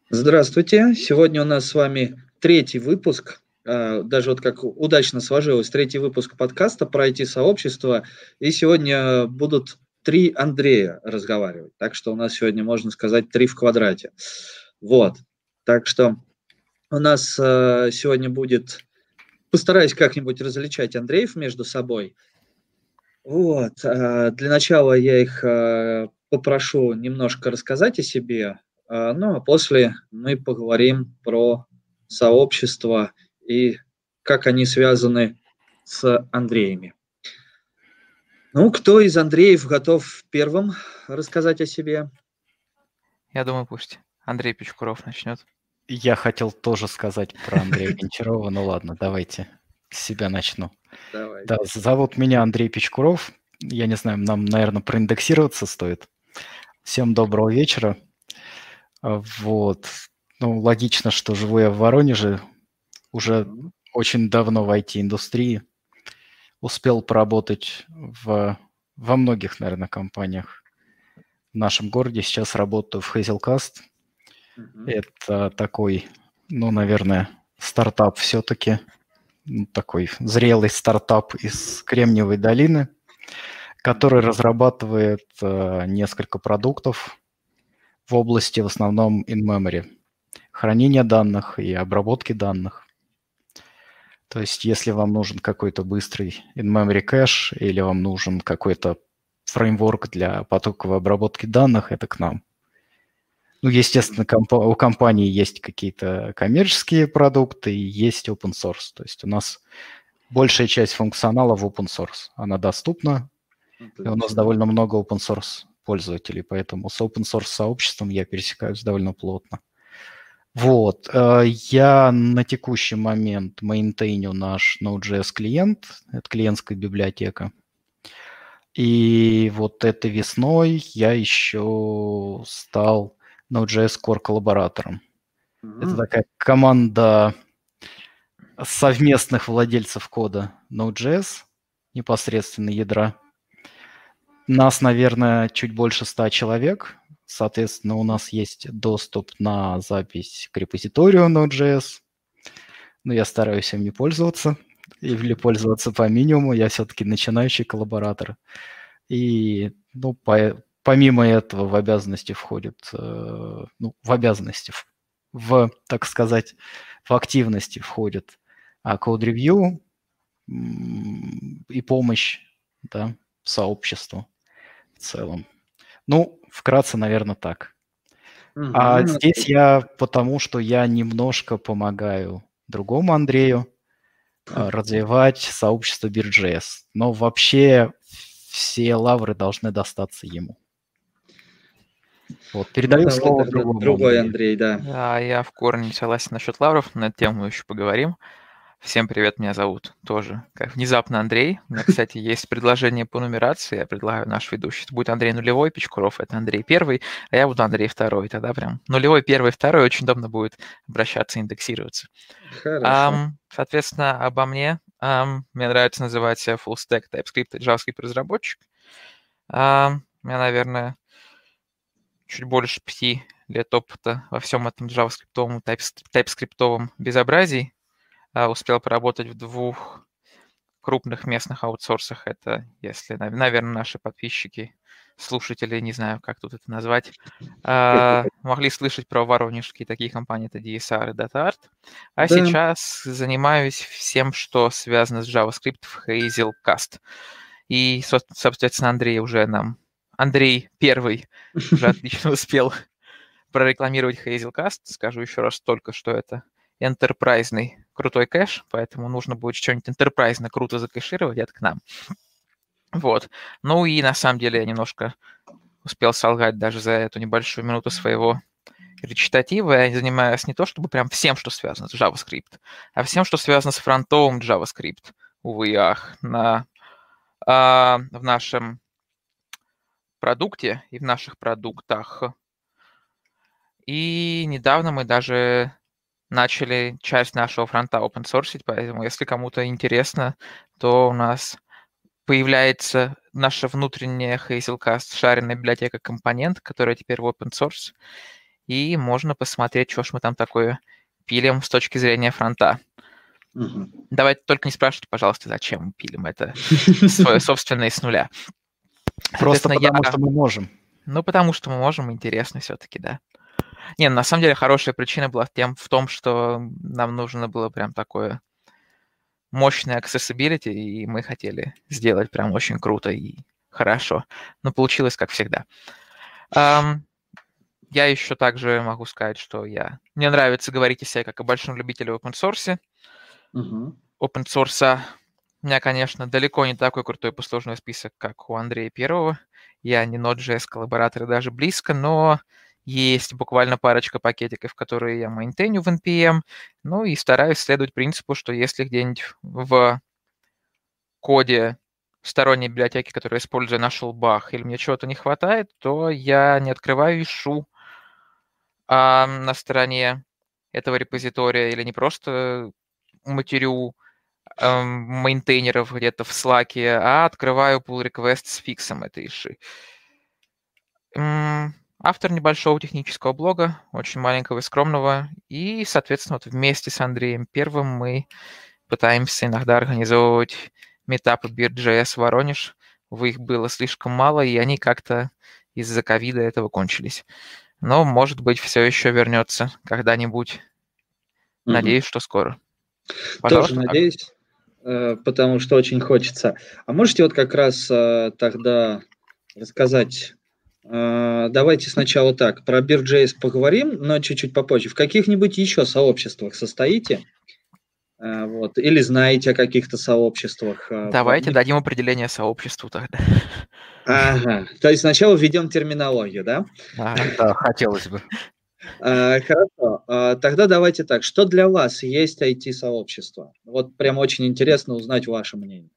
Здравствуйте. Сегодня у нас с вами третий выпуск, даже вот как удачно сложилось, третий выпуск подкаста про IT-сообщество. И сегодня будут три Андрея разговаривать. Так что у нас сегодня, можно сказать, три в квадрате. Вот. Так что у нас сегодня будет... Постараюсь как-нибудь различать Андреев между собой. Вот. Для начала я их попрошу немножко рассказать о себе, ну а после мы поговорим про сообщество и как они связаны с Андреями. Ну, кто из Андреев готов первым рассказать о себе? Я думаю, пусть Андрей Печкуров начнет. Я хотел тоже сказать про Андрея Гончарова, ну ладно, давайте с себя начну. Давай. Да, зовут меня Андрей Печкуров. Я не знаю, нам, наверное, проиндексироваться стоит. Всем доброго вечера. Вот. Ну, логично, что живу я в Воронеже. Уже очень давно в IT-индустрии. Успел поработать во многих, наверное, компаниях в нашем городе. Сейчас работаю в Hazelcast. Это такой, ну, наверное, стартап все-таки. Такой зрелый стартап из Кремниевой долины, который разрабатывает несколько продуктов в области в основном in-memory, хранения данных и обработки данных. То есть если вам нужен какой-то быстрый in-memory кэш или вам нужен какой-то фреймворк для потоковой обработки данных, это к нам. Ну, естественно, у компании есть какие-то коммерческие продукты и есть open source. То есть у нас большая часть функционала в open source. Она доступна, и у нас довольно много open source пользователей, поэтому с open source сообществом я пересекаюсь довольно плотно. Вот. Я на текущий момент мейнтейню наш Node.js клиент, это клиентская библиотека. И вот этой весной я еще стал Node.js Core коллаборатором. Это такая команда совместных владельцев кода Node.js, непосредственно ядра. Нас, наверное, чуть больше 100 человек. Соответственно, у нас есть доступ на запись к репозиторию Node.js. Но я стараюсь им не пользоваться или пользоваться по минимуму. Я все-таки начинающий коллаборатор. И ну, помимо этого в обязанности входит, так сказать, в активности входит код-ревью и помощь, да, сообществу в целом. Ну, вкратце, наверное, так. А здесь я потому, что я немножко помогаю другому Андрею развивать сообщество Beer.js. Но вообще все лавры должны достаться ему. Вот, передаю слово другому другой Андрей, да. Да, я в корне не согласен насчет лавров, на эту тему мы еще поговорим. Всем привет, меня зовут тоже, как внезапно Андрей. У меня, кстати, есть предложение по нумерации. Я предлагаю наш ведущий. Это будет Андрей нулевой, Печкуров это Андрей первый, а я буду Андрей второй. Тогда прям нулевой, первый, второй очень удобно будет обращаться, индексироваться. Хорошо. Соответственно, обо мне. Мне нравится называть себя full stack TypeScript и JavaScript разработчик. У меня, наверное, чуть больше 5 лет опыта во всем этом JavaScript-овом, TypeScript-овом безобразии. Успел поработать в 2 крупных местных аутсорсах. Это, если, наверное, наши подписчики, слушатели, не знаю, как тут это назвать, могли слышать про воронежские такие компании, это DSR и DataArt. А Да. сейчас занимаюсь всем, что связано с JavaScript в Hazelcast. И, собственно, Андрей первый уже отлично успел прорекламировать Hazelcast. Скажу еще раз только, что это энтерпрайзный крутой кэш, поэтому нужно будет что-нибудь энтерпрайзно круто закэшировать, это к нам. Вот. Ну и на самом деле я немножко успел солгать даже за эту небольшую минуту своего речитатива. Я занимаюсь не то чтобы прям всем, что связано с JavaScript, а всем, что связано с фронтовым JavaScript. Увы и ах. В нашем продукте и в наших продуктах. И недавно мы даже начали часть нашего фронта open source, поэтому если кому-то интересно, то у нас появляется наша внутренняя Hazelcast шаренная библиотека компонент, которая теперь в open source. и можно посмотреть, что ж мы там такое пилим с точки зрения фронта. Давайте только не спрашивайте, пожалуйста, зачем мы пилим это свое собственное с нуля. Просто потому, что мы можем. Ну, потому что мы можем, интересно все-таки, да. Не, на самом деле хорошая причина была в том, что нам нужно было прям такое мощное accessibility, и мы хотели сделать прям очень круто и хорошо. Но получилось как всегда. Я еще также могу сказать, что мне нравится говорить о себе как о большом любителе open source. Open source у меня, конечно, далеко не такой крутой послужной список, как у Андрея Первого. Я не Node.js коллаборатор даже близко, но есть буквально парочка пакетиков, которые я мейнтейню в NPM. Ну и стараюсь следовать принципу, что если где-нибудь в коде сторонней библиотеки, которую я использую, нашел баг или мне чего-то не хватает, то я не открываю issue на стороне этого репозитория или не просто матерю мейнтейнеров где-то в Slack, а открываю pull request с фиксом этой issue. Автор небольшого технического блога, очень маленького и скромного, и, соответственно, вот вместе с Андреем Первым мы пытаемся иногда организовывать митапы Beard.js в Воронеж. Увы, их было слишком мало, и они как-то из-за ковида этого кончились. Но, может быть, все еще вернется когда-нибудь. Надеюсь, что скоро. Пожалуйста, тоже надеюсь, потому что очень хочется. А можете вот как раз тогда рассказать... Давайте сначала так, про Beard.js поговорим, но чуть-чуть попозже. В каких-нибудь еще сообществах состоите? Вот, или знаете о каких-то сообществах? Давайте дадим определение сообществу тогда. Ага, то есть сначала введем терминологию, да? Да, хотелось бы. Хорошо, тогда давайте так, что для вас есть IT-сообщество? Вот прям очень интересно узнать ваше мнение.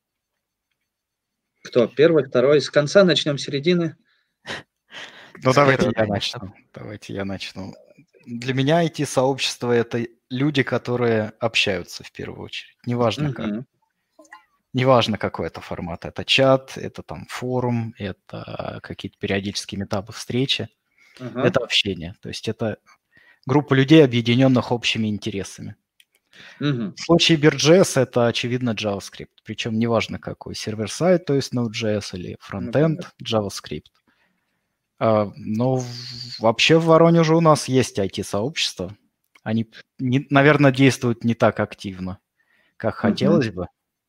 Кто? Первый, второй? С конца начнем, с середины? Ну, давайте я начну. Для меня IT-сообщество – это люди, которые общаются в первую очередь. Неважно как. Неважно, какой это формат. Это чат, это там форум, это какие-то периодические митапы, встречи. Это общение. То есть это группа людей, объединенных общими интересами. В случае Beard.js это, очевидно, JavaScript. Причем неважно какой. Сервер-сайд, то есть Node.js или фронтенд, JavaScript. Но вообще в Воронеже у нас есть IT-сообщество. Они, наверное, действуют не так активно, как хотелось бы.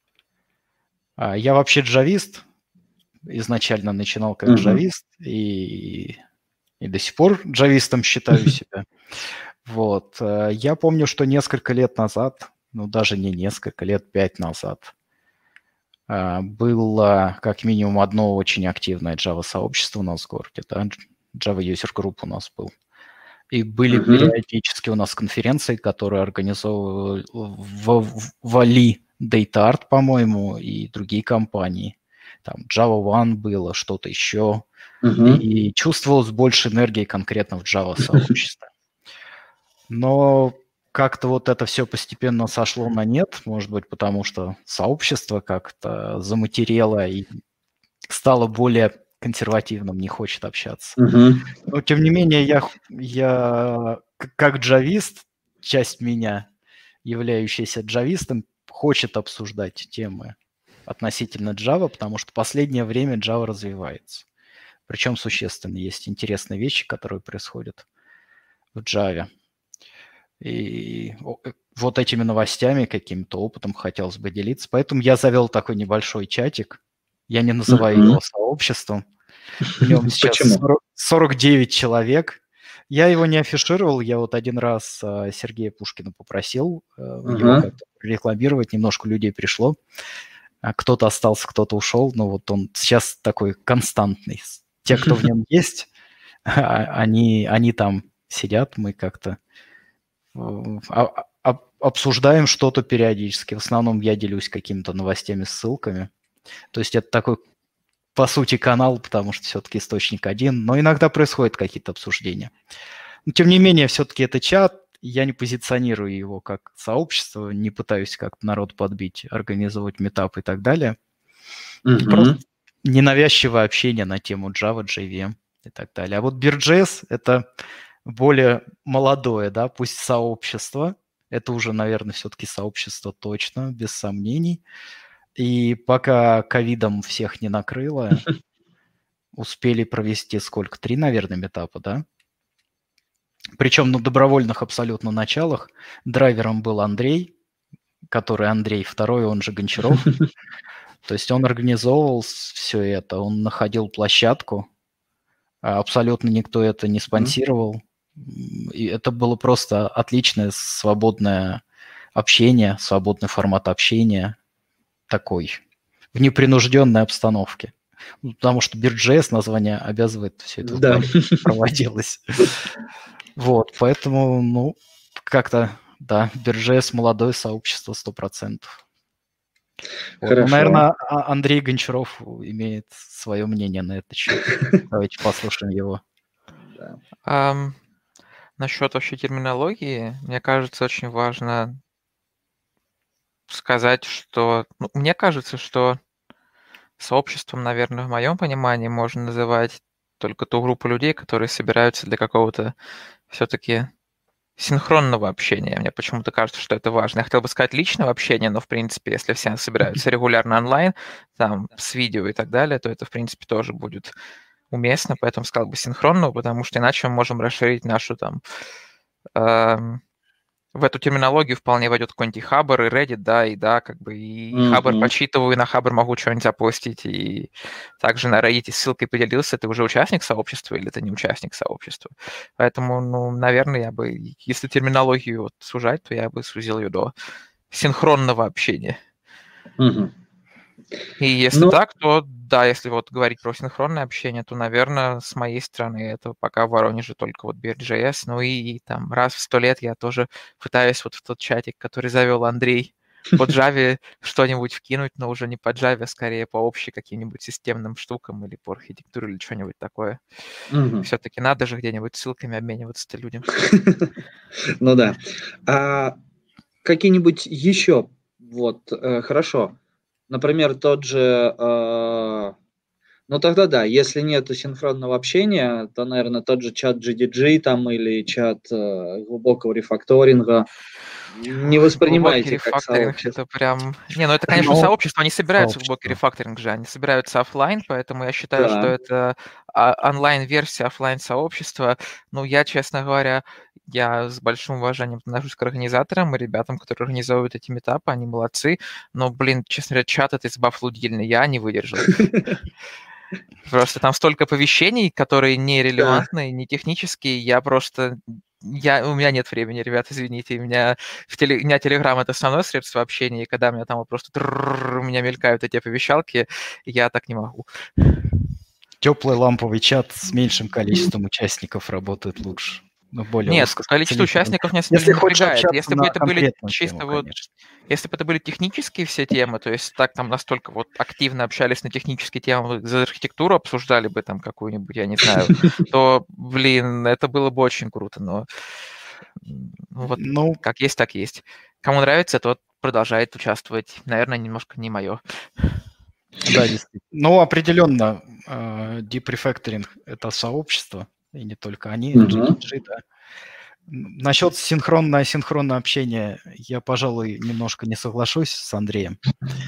Я вообще джавист. Изначально начинал как джавист и до сих пор джавистом считаю себя. Вот. Я помню, что несколько лет назад, ну даже не несколько, лет 5 назад, было как минимум одно очень активное Java-сообщество у нас в городе, да, Java User Group у нас был. И были периодически у нас конференции, которые организовывали DataArt, по-моему, и другие компании. Там Java One было, что-то еще. И чувствовалось больше энергии конкретно в Java-сообществе. Но как-то вот это все постепенно сошло на нет, может быть, потому что сообщество как-то заматерело и стало более консервативным, не хочет общаться. Но, тем не менее, я как джавист, часть меня, являющаяся джавистом, хочет обсуждать темы относительно Java, потому что в последнее время Java развивается. Причем существенно. Есть интересные вещи, которые происходят в Java. И вот этими новостями, каким-то опытом хотелось бы делиться. Поэтому я завел такой небольшой чатик. Я не называю его сообществом. В нем сейчас 49 человек. Я его не афишировал. Я вот один раз Сергея Пушкина попросил его как-то рекламировать. Немножко людей пришло. Кто-то остался, кто-то ушел. Но вот он сейчас такой константный. Те, кто в нем есть, они там сидят. Мы как-то обсуждаем что-то периодически. В основном я делюсь какими-то новостями, ссылками. То есть это такой, по сути, канал, потому что все-таки источник один. Но иногда происходят какие-то обсуждения. Но, тем не менее, все-таки это чат. Я не позиционирую его как сообщество, не пытаюсь как-то народ подбить, организовывать митап и так далее. Просто ненавязчивое общение на тему Java, JVM и так далее. А вот Beard.js – это более молодое, да, пусть сообщество. Это уже, наверное, все-таки сообщество точно, без сомнений. И пока ковидом всех не накрыло, успели провести сколько? 3, наверное, митапа, да? Причем на добровольных абсолютно началах. Драйвером был Андрей, который Андрей второй, он же Гончаров. То есть он организовывал все это, он находил площадку, абсолютно никто это не спонсировал. И это было просто отличное свободное общение, свободный формат общения такой, в непринужденной обстановке. Потому что Beard.js название обязывает все это проводилось. Вот, поэтому, ну, как-то, да, Beard.js молодое сообщество 100%. Вот. Ну, наверное, Андрей Гончаров имеет свое мнение на этот счет. Давайте послушаем его. Насчет вообще терминологии, мне кажется, очень важно сказать, что... Ну, мне кажется, что сообществом, наверное, в моем понимании можно называть только ту группу людей, которые собираются для какого-то все-таки синхронного общения. Мне почему-то кажется, что это важно. Я хотел бы сказать личного общения, но, в принципе, если все собираются регулярно онлайн, там, с видео и так далее, то это, в принципе, тоже будет уместно, поэтому сказал бы синхронного, потому что иначе мы можем расширить нашу там... в эту терминологию вполне войдет какой-нибудь и Хабр, и Reddit, да, и да, как бы и Хабр подсчитываю, и на Хабр могу что-нибудь запостить, и также на Reddit ссылкой поделился, ты уже участник сообщества или ты не участник сообщества. Поэтому, ну, наверное, я бы, если терминологию вот сужать, то я бы сузил ее до синхронного общения. И если так, то да, если вот говорить про синхронное общение, то, наверное, с моей стороны это пока в Воронеже только вот Beard.js. Ну и там раз в 100 лет я тоже пытаюсь вот в тот чатик, который завел Андрей, по Java что-нибудь вкинуть, но уже не по Java, а скорее по общим каким-нибудь системным штукам или по архитектуре или что-нибудь такое. Все-таки надо же где-нибудь ссылками обмениваться-то людям. Ну да. А какие-нибудь еще, вот, хорошо. Например, тот же, ну тогда да, если нет синхронного общения, то, наверное, тот же чат GDG там или чат глубокого рефакторинга не воспринимаете как сообщество. Это прям... Не, ну это, конечно, сообщество, они собираются в глубокий рефакторинг же, они собираются офлайн, поэтому я считаю, что это онлайн-версия офлайн-сообщества. Ну, я, честно говоря, я с большим уважением отношусь к организаторам и ребятам, которые организовывают эти митапы, они молодцы, но, блин, честно говоря, чат это избав лудильный, я не выдержал. Просто там столько оповещений, которые нерелевантные, не технические, я просто... у меня нет времени, ребят, извините, у меня Telegram — это основное средство общения, и когда у меня там просто у меня мелькают эти оповещалки, я так не могу. Теплый ламповый чат с меньшим количеством участников работает лучше. Нет, количество участников не напрягает. Если бы это были чисто вот... Если бы это были технические все темы, то есть так там настолько вот активно общались на технические темы, за архитектуру обсуждали бы там какую-нибудь, я не знаю, то, блин, это было бы очень круто, но вот как есть, так есть. Кому нравится, тот продолжает участвовать. Наверное, немножко не мое. Да, действительно. Ну, определенно, Deep Refactoring — это сообщество, и не только они, GDG, да. Насчет синхронного общения я, пожалуй, немножко не соглашусь с Андреем.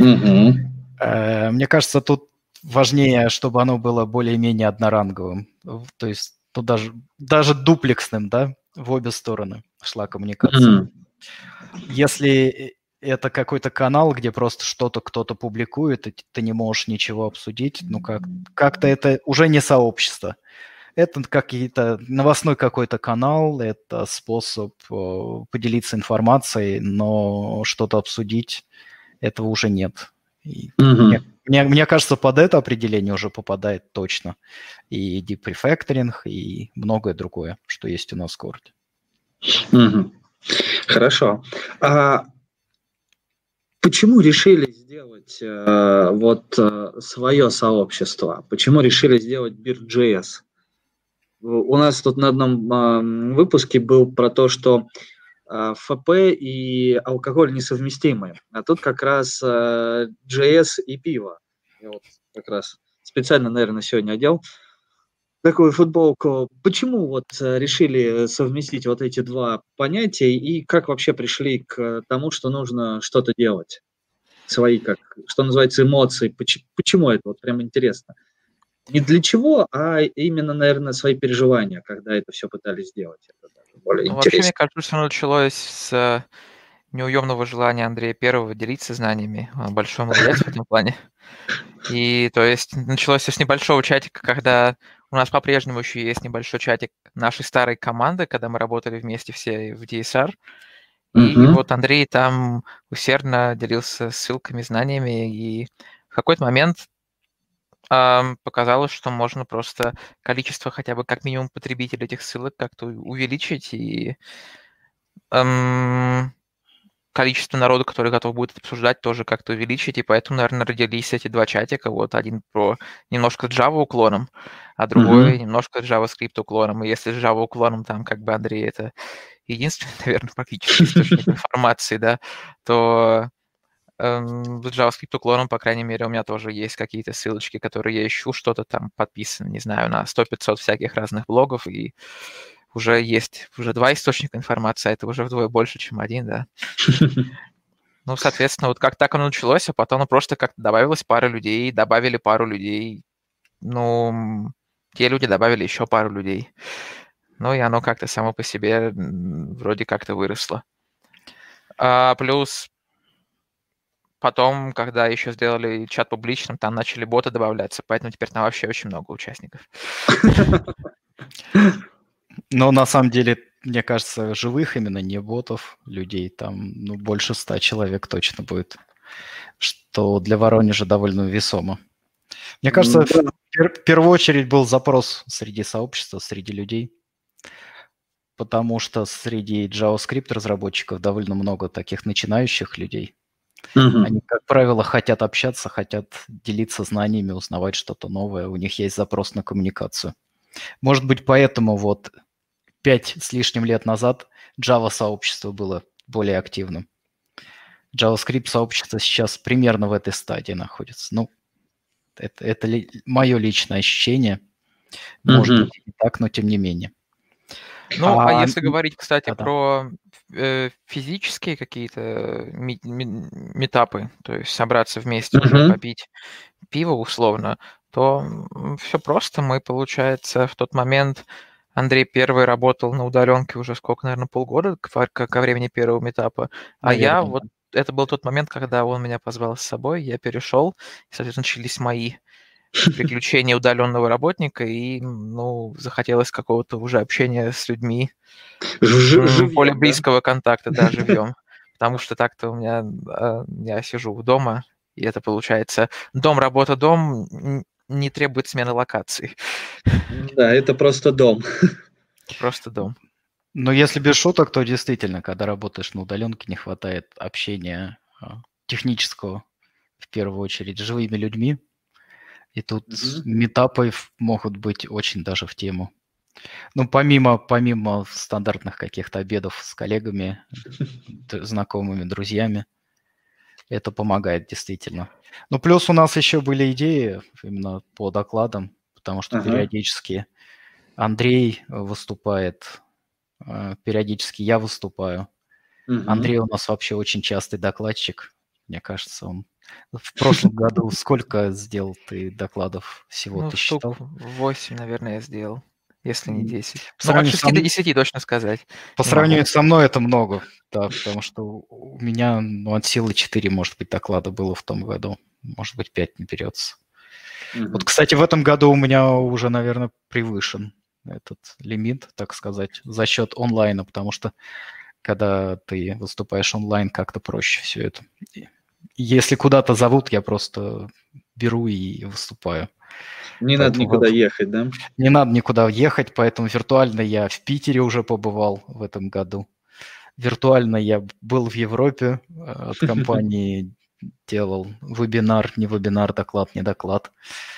Мне кажется, тут важнее, чтобы оно было более-менее одноранговым. То есть тут даже дуплексным, да, в обе стороны шла коммуникация. Если это какой-то канал, где просто что-то кто-то публикует, и ты не можешь ничего обсудить, ну как-то это уже не сообщество. Это какие-то новостной какой-то канал, это способ поделиться информацией, но что-то обсудить этого уже нет. Мне кажется, под это определение уже попадает точно и Deep Refactoring, и многое другое, что есть у нас в городе. Хорошо. Почему решили сделать свое сообщество? Почему решили сделать Beard.js? У нас тут на одном выпуске был про то, что ФП и алкоголь несовместимы, а тут как раз JS и пиво. Я вот как раз специально, наверное, сегодня одел. такую футболку. Почему вот решили совместить вот эти два понятия и как вообще пришли к тому, что нужно что-то делать? Свои, как, что называется, эмоции. Почему это? Вот прям интересно. Не для чего, а именно, наверное, свои переживания, когда это все пытались сделать. Это даже более Ну, вообще, мне интересно. кажется, что началось с неуемного желания Андрея Первого делиться знаниями. Он большой молодец в этом плане. И то есть началось всё с небольшого чатика, когда у нас по-прежнему еще есть небольшой чатик нашей старой команды, когда мы работали вместе все в DSR. И Мгм. вот Андрей там усердно делился ссылками, знаниями, и в какой-то момент показалось, что можно просто количество хотя бы как минимум потребителей этих ссылок как-то увеличить, и количество народу, который готов будет это обсуждать, тоже как-то увеличить, и поэтому, наверное, родились эти два чатика. Вот один про немножко Java уклоном, а другой Мгм. немножко JavaScript уклоном. И если с Java уклоном там как бы Андрей это единственный, наверное, практически источник информации, да, то с JavaScript уклоном, по крайней мере, у меня тоже есть какие-то ссылочки, которые я ищу, что-то там подписано, не знаю, на 100-500 всяких разных блогов, и уже есть уже два источника информации, а это уже вдвое больше, чем один, да. Ну, соответственно, вот как так оно началось, а потом просто как-то добавилась пара людей, добавили пару людей. Ну, те люди добавили еще пару людей. Ну, и оно как-то само по себе вроде как-то выросло. Плюс потом, когда еще сделали чат публичным, там начали боты добавляться, поэтому теперь там вообще очень много участников. Но на самом деле, мне кажется, живых именно, не ботов, людей, там больше 100 человек точно будет, что для Воронежа довольно весомо. Мне кажется, Да. в первую очередь был запрос среди сообщества, среди людей, потому что среди JavaScript разработчиков довольно много таких начинающих людей. Мгм. Они, как правило, хотят общаться, хотят делиться знаниями, узнавать что-то новое. У них есть запрос на коммуникацию. Может быть, поэтому вот 5 с лишним лет назад Java-сообщество было более активным. JavaScript-сообщество сейчас примерно в этой стадии находится. Ну, это мое личное ощущение. Может Мгм. быть, и не так, но тем не менее. Ну, а если говорить, кстати, Да-да. про физические какие-то митапы, то есть собраться вместе уже Мгм. попить пиво условно, то все просто. Мы, получается, в тот момент Андрей первый работал на удаленке уже сколько, наверное, полгода ко времени первого митапа, а я Наверное, вот это был тот момент, когда он меня позвал с собой, я перешел, и, соответственно, начались мои приключения удаленного работника, и, ну, захотелось какого-то уже общения с людьми, более Живьем, да? близкого контакта, да, живьем. Потому что так-то у меня, я сижу дома, и это получается дом, работа, дом, не требует смены локаций. Да, это просто дом. Просто дом. Но если без шуток, то действительно, когда работаешь на удаленке, не хватает общения технического, в первую очередь, с живыми людьми. И тут Мгм. митапы могут быть очень даже в тему. Ну, помимо стандартных каких-то обедов с коллегами, знакомыми, друзьями, это помогает действительно. Ну, плюс у нас еще были идеи именно по докладам, потому что Ага. периодически Андрей выступает, периодически я выступаю. Мгм. Андрей у нас вообще очень частый докладчик. Мне кажется, он в прошлом году сколько сделал ты докладов всего, Ну, ты штук считал? 8, наверное, я сделал, если не 10. По Ну, от сравнению со 6 до 10 точно сказать По не могу. сравнению со мной это много, да, потому что у меня от силы 4, может быть, доклада было в том году. Может быть, 5 наберется. Вот, Мгм. кстати, в этом году у меня уже, наверное, превышен этот лимит, так сказать, за счет онлайна, потому что когда ты выступаешь онлайн, как-то проще все это. Если куда-то зовут, я просто беру и выступаю. Не надо Поэтому никуда ехать, да? не надо никуда ехать, поэтому виртуально я в Питере уже побывал в этом году. Виртуально я был в Европе, от компании делал вебинар, не вебинар, доклад, не доклад.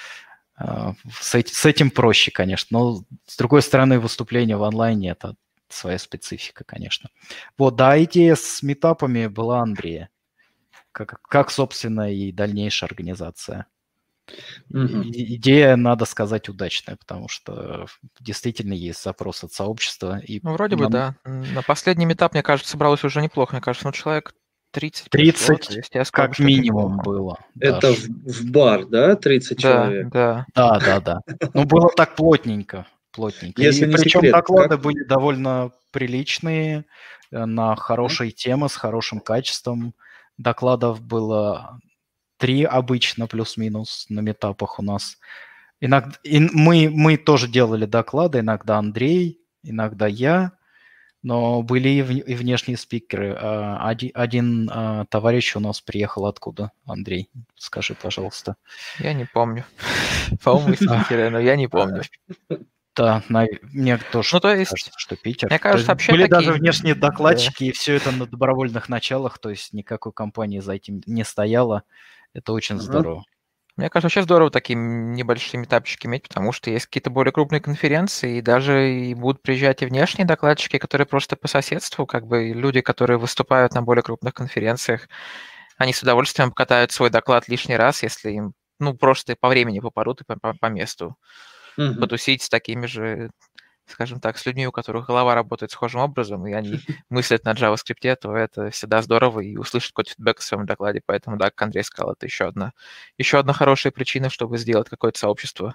С этим проще, конечно, но с другой стороны, выступление в онлайне – это своя специфика, конечно. Вот, да, идея с митапами была Андрея, как собственно, и дальнейшая организация. Идея, надо сказать, удачная, потому что действительно есть запрос от сообщества. И Ну, вроде бы, да. На последний этап, мне кажется, собралось уже неплохо. Мне кажется, человек 30 пришло, то 30 есть я сказал бы, как что это минимум неплохо. было. Это в бар, да, 30 Да, человек? да. Да. Ну, было так плотненько. Если И не причем секрет, доклады как? были довольно приличные, на хорошие темы, с хорошим качеством. Докладов было 3 обычно, плюс-минус, на метапах у нас. Иногда, мы тоже делали доклады, иногда Андрей, иногда я, но были и внешние спикеры. Один товарищ у нас приехал откуда? Андрей, скажи, пожалуйста. Я не помню. По-моему, спикеры, но я не помню. Да, мне тоже то есть, кажется, что Питер. Мне кажется, вообще были такие... даже внешние докладчики, и все это на добровольных началах, то есть никакой компании за этим не стояло. Это очень здорово. Мне кажется, вообще здорово такие небольшие метапчики иметь, потому что есть какие-то более крупные конференции, и даже и будут приезжать и внешние докладчики, которые просто по соседству, как бы люди, которые выступают на более крупных конференциях, они с удовольствием покатают свой доклад лишний раз, если им, просто по времени попадут и по месту. Потусить с такими же, скажем так, с людьми, у которых голова работает схожим образом, и они мыслят на JavaScript, то это всегда здорово, и услышать какой-то фидбэк в своем докладе. Поэтому, да, как Андрей сказал, это еще одна хорошая причина, чтобы сделать какое-то сообщество,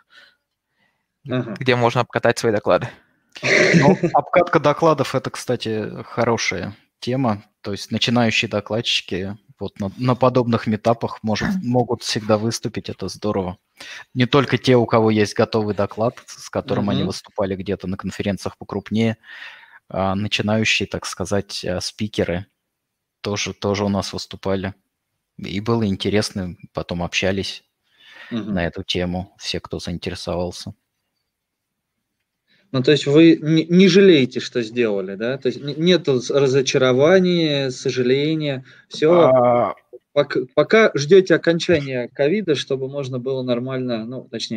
где можно обкатать свои доклады. Ну, обкатка докладов – это, кстати, хорошая тема. То есть начинающие докладчики вот на подобных метапах могут всегда выступить, это здорово. Не только те, у кого есть готовый доклад, с которым они выступали где-то на конференциях покрупнее, а начинающие, так сказать, спикеры тоже у нас выступали. И было интересно, потом общались на эту тему, все, кто заинтересовался. Ну, то есть вы не жалеете, что сделали, да? То есть нет разочарования, сожаления, все. Пока ждете окончания ковида, чтобы можно было нормально,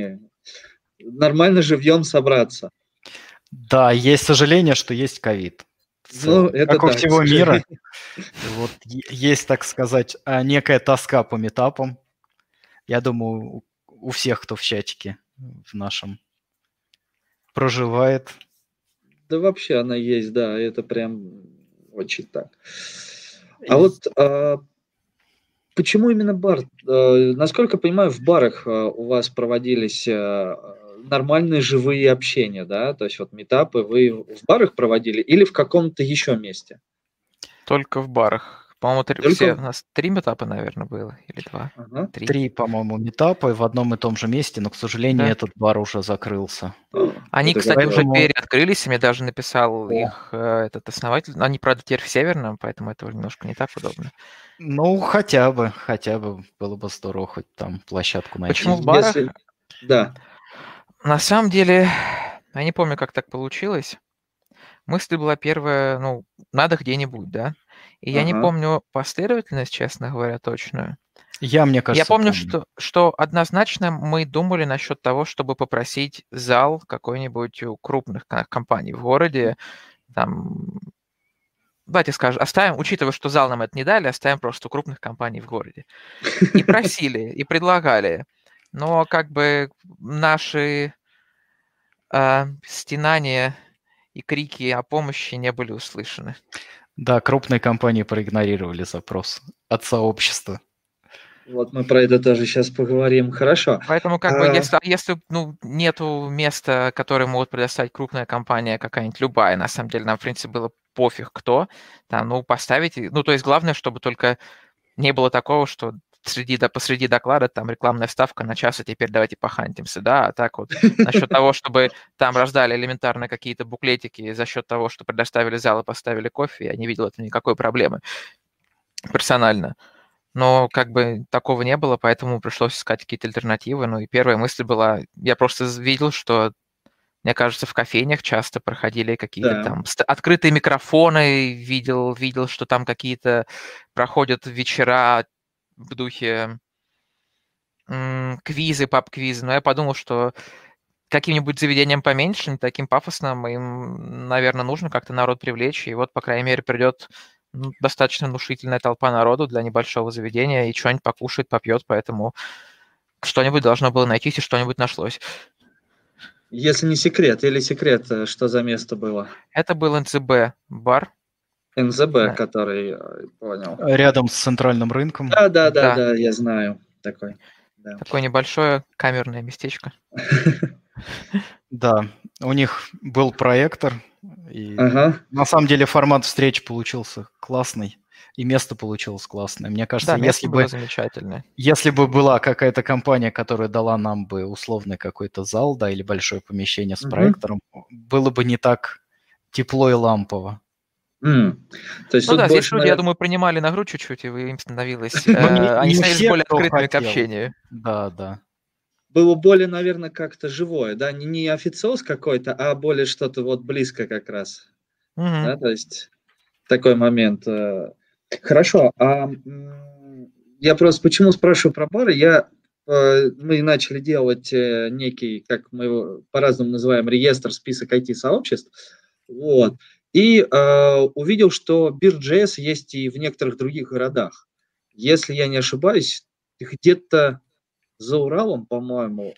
нормально живьем собраться. Да, есть сожаление, что есть ковид. Это как у да, всего мира. Вот есть, так сказать, некая тоска по метапам. Я думаю, у всех, кто в чатике в нашем проживает. Да вообще она есть, да, это прям очень так. А вот почему именно бар? Насколько понимаю, в барах у вас проводились нормальные живые общения, да? То есть вот метапы вы в барах проводили или в каком-то еще месте? Только в барах. По-моему, у нас 3 метапа, наверное, было, или 2? 3, по-моему, метапа в одном и том же месте, но, к сожалению, этот бар уже закрылся. Они, кстати, уже переоткрылись, и мне даже написал их этот основатель. Они, правда, теперь в Северном, поэтому это уже немножко не так удобно. Ну, хотя бы было бы здорово хоть там площадку найти. Почему в барах? Да. На самом деле, я не помню, как так получилось. Мысль была первая, надо где-нибудь, да? И я не помню последовательность, честно говоря, точную. Мне кажется, я помню, что однозначно мы думали насчет того, чтобы попросить зал какой-нибудь у крупных компаний в городе. Там, давайте скажем, оставим, учитывая, что зал нам это не дали, оставим просто у крупных компаний в городе. И просили, и предлагали. Но как бы наши стенания и крики о помощи не были услышаны. Да, крупные компании проигнорировали запрос от сообщества. Вот мы про это тоже сейчас поговорим. Хорошо. Поэтому, если нету места, которое могут предоставить крупная компания, какая-нибудь любая, на самом деле, нам, в принципе, было пофиг кто, там, поставить. То есть главное, чтобы только не было такого, что посреди доклада там рекламная вставка на час, и теперь давайте похантимся, да, а так вот насчет того, чтобы там раздали элементарно какие-то буклетики за счет того, что предоставили зал и поставили кофе, я не видел это никакой проблемы персонально. Но как бы такого не было, поэтому пришлось искать какие-то альтернативы. И первая мысль была, я просто видел, что, мне кажется, в кофейнях часто проходили какие-то там открытые микрофоны, видел, что там какие-то проходят вечера в духе квизы, паб-квизы. Но я подумал, что каким-нибудь заведением поменьше, не таким пафосным, им, наверное, нужно как-то народ привлечь. И вот, по крайней мере, придет достаточно внушительная толпа народу для небольшого заведения и что-нибудь покушает, попьет, поэтому что-нибудь должно было найтись, и что-нибудь нашлось. Если не секрет, или секрет, что за место было? Это был НЦБ-бар. НЗБ, Да. который, понял. Рядом с центральным рынком. Да, я знаю такой. Да. Такое небольшое камерное местечко. Да, у них был проектор, и Ага. на самом деле формат встреч получился классный, и место получилось классное. Мне кажется, Да, место было замечательное. если бы была какая-то компания, которая дала нам бы условный какой-то зал, да, или большое помещение с проектором, было бы не так тепло и лампово. То есть тут здесь больше, люди, я думаю, принимали на грудь чуть-чуть, и им становилось... Они становились более открытыми к общению. Да. Было более, наверное, как-то живое, да, не официоз какой-то, а более что-то вот близко как раз. Да, то есть такой момент. Хорошо, я просто почему спрашиваю про бары? Мы начали делать некий, как мы его по-разному называем, реестр, список IT-сообществ, вот, и увидел, что Beer.js есть и в некоторых других городах. Если я не ошибаюсь, где-то за Уралом, по-моему,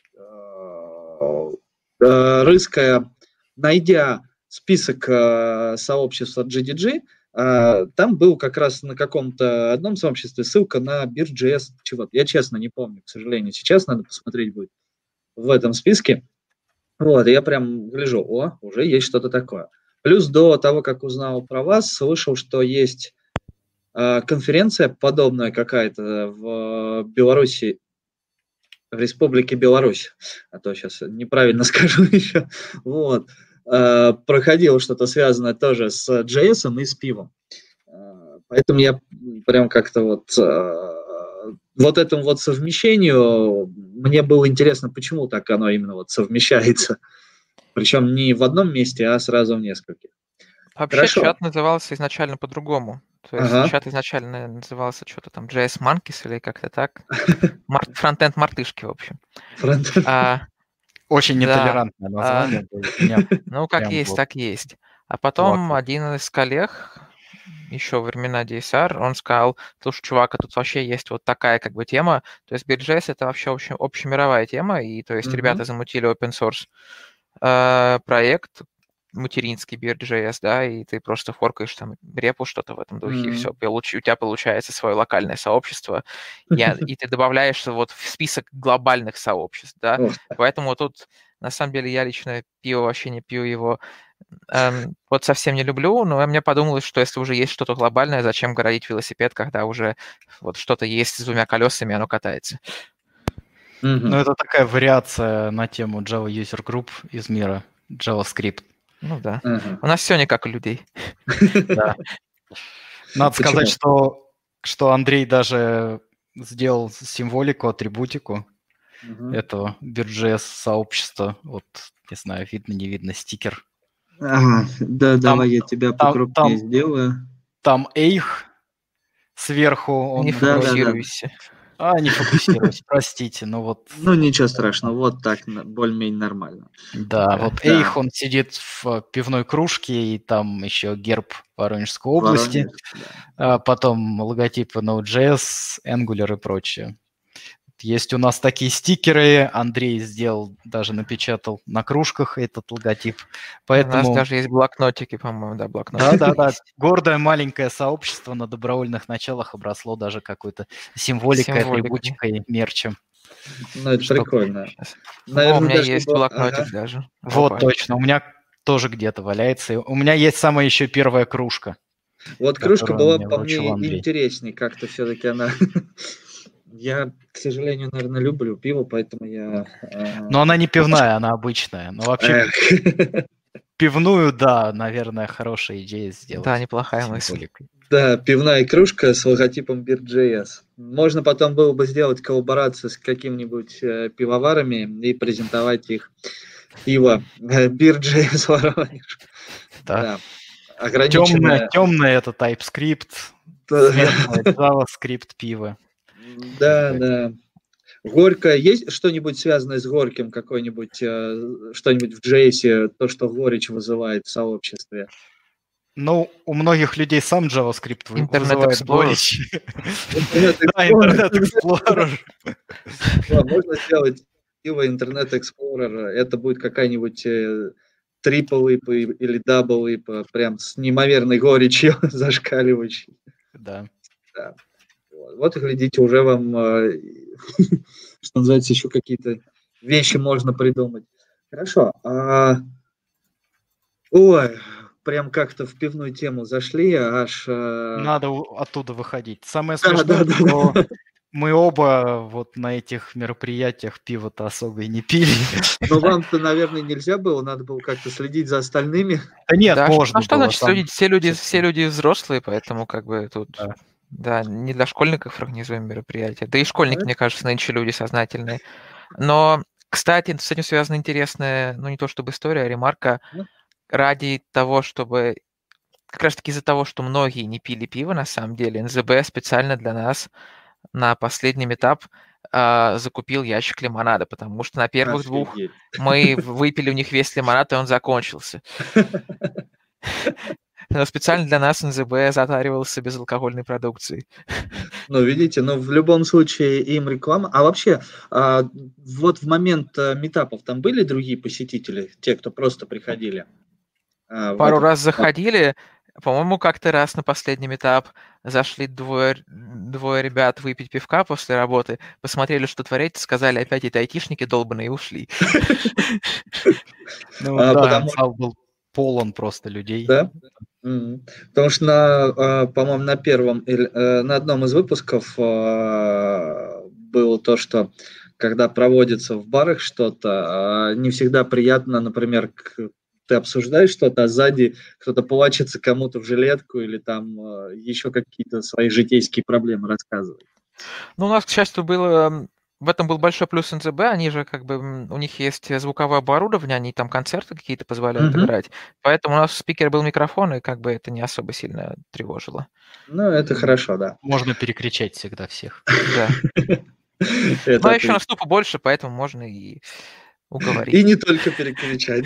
рыская, найдя список сообщества GDG, там был как раз на каком-то одном сообществе ссылка на Beer.js чего-то. Я честно не помню, к сожалению. Сейчас надо посмотреть будет в этом списке. Вот, и я прям гляжу, уже есть что-то такое. Плюс до того, как узнал про вас, слышал, что есть конференция подобная какая-то в Беларуси, в Республике Беларусь, а то сейчас неправильно скажу еще. Вот. Проходило что-то связанное тоже с JS и с пивом. Поэтому я прям как-то вот этому вот совмещению мне было интересно, почему так оно именно вот совмещается. Причем не в одном месте, а сразу в нескольких. Вообще Хорошо. чат назывался изначально по-другому. То есть чат изначально назывался что-то там JS Monkeys или как-то так. Фронтенд мартышки, в общем. Очень нетолерантное название. Ну, как есть, так есть. А потом один из коллег, еще во времена DSR, он сказал, слушай, чувак, а тут вообще есть вот такая как бы тема. То есть Beer.js — это вообще общемировая тема, и то есть ребята замутили open source проект, материнский Beer.js, да, и ты просто форкаешь там репу, что-то в этом духе, и все, у тебя получается свое локальное сообщество, и ты добавляешься вот в список глобальных сообществ, да, поэтому тут, на самом деле, я лично пиво вообще не пью его, вот совсем не люблю, но мне подумалось, что если уже есть что-то глобальное, зачем городить велосипед, когда уже вот что-то есть с двумя колесами, оно катается. Ну, это такая вариация на тему Java User Group из мира JavaScript. Ну да. У нас все не как у людей. Да. Надо сказать, что Андрей даже сделал символику, атрибутику этого Beer.js сообщества. Вот, не знаю, видно, не видно, стикер. Да, давай я тебя покрупнее сделаю. Там эйх сверху. Не фокусируйся. Не фокусируюсь, простите, но вот... Ну, ничего страшного, вот так более-менее нормально. Да, вот эйх, он сидит в пивной кружке, и там еще герб Воронежской области, потом логотипы Node.js, Angular и прочее. Есть у нас такие стикеры, Андрей сделал, даже напечатал на кружках этот логотип. Поэтому... У нас даже есть блокнотики, по-моему, да, блокнотики. Да. Гордое маленькое сообщество на добровольных началах обросло даже какой-то символикой, атрибутикой, мерчем. Ну, это прикольно. Наверное, у меня есть блокнотик даже. Вот, точно, у меня тоже где-то валяется. У меня есть самая еще первая кружка. Вот кружка была по мне интересней, как-то все-таки она... Я, к сожалению, наверное, люблю пиво, поэтому я... Но она не пивная, она обычная. Но вообще пивную, да, наверное, хорошая идея сделать. Да, неплохая мысль. Да, пивная кружка с логотипом Beer.js. Можно потом было бы сделать коллаборацию с какими-нибудь пивоварами и презентовать их пиво Beer.js Воронеж. Да. Темное это TypeScript, светлое JavaScript пиво. Да. Горькое. Есть что-нибудь связанное с горьким, какой-нибудь, что-нибудь в JS, то, что горечь вызывает в сообществе? Ну, у многих людей сам JavaScript Интернет вызывает Explorer. горечь. Да, Internet Explorer. Да, можно сделать Internet Explorer. Это будет какая-нибудь triple IP или double IP, прям с неимоверной горечью зашкаливающей. Да. Да. Вот и глядите, уже вам, что называется, еще какие-то вещи можно придумать. Хорошо. Ой, прям как-то в пивную тему зашли, аж... Надо оттуда выходить. Самое Да, смешное, да, что мы оба вот на этих мероприятиях пиво-то особо и не пили. Но вам-то, наверное, нельзя было, надо было как-то следить за остальными. Да нет, Да, можно что было. значит там следить? Все люди взрослые, поэтому как бы тут... Да. Да, не для школьников организуем мероприятия. Да и школьники, мне кажется, нынче люди сознательные. Но, кстати, с этим связана интересная, ну не то чтобы история, а ремарка. Ради того, чтобы... Как раз-таки из-за того, что многие не пили пиво, на самом деле, НЗБ специально для нас на последний метап закупил ящик лимонада, потому что на первых двух мы выпили у них весь лимонад, и он закончился. Но специально для нас НЗБ затаривался безалкогольной продукцией. Ну, видите, но в любом случае им реклама. А вообще, вот в момент метапов там были другие посетители, те, кто просто приходили? Пару раз заходили. По-моему, как-то раз на последний этап зашли двое ребят выпить пивка после работы, посмотрели, что творится, сказали, опять эти айтишники долбаные, и ушли. Ну да, зал был полон просто людей. Да? Потому что, по-моему, на одном из выпусков было то, что когда проводится в барах что-то, не всегда приятно, например, ты обсуждаешь что-то, а сзади кто-то плачется кому-то в жилетку или там еще какие-то свои житейские проблемы рассказывает. Ну, у нас, к счастью, было... В этом был большой плюс НЗБ, они же как бы, у них есть звуковое оборудование, они там концерты какие-то позволяют играть, поэтому у нас в спикере был микрофон, и как бы это не особо сильно тревожило. Ну, это хорошо, да. Можно перекричать всегда всех. Да. Но еще наступа больше, поэтому можно и уговорить. И не только перекричать.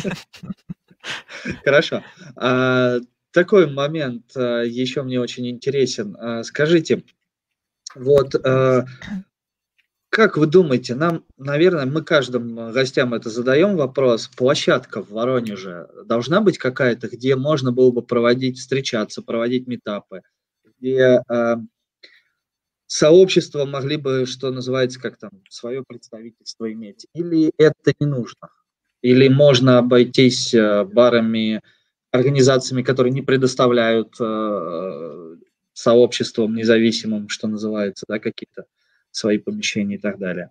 Хорошо. Такой момент еще мне очень интересен. Скажите, вот как вы думаете, нам, наверное, мы каждым гостям это задаем вопрос, площадка в Воронеже должна быть какая-то, где можно было бы встречаться, проводить митапы, где сообщества могли бы, что называется, как там, свое представительство иметь? Или это не нужно? Или можно обойтись барами, организациями, которые не предоставляют сообществам независимым, что называется, да, какие-то свои помещения и так далее?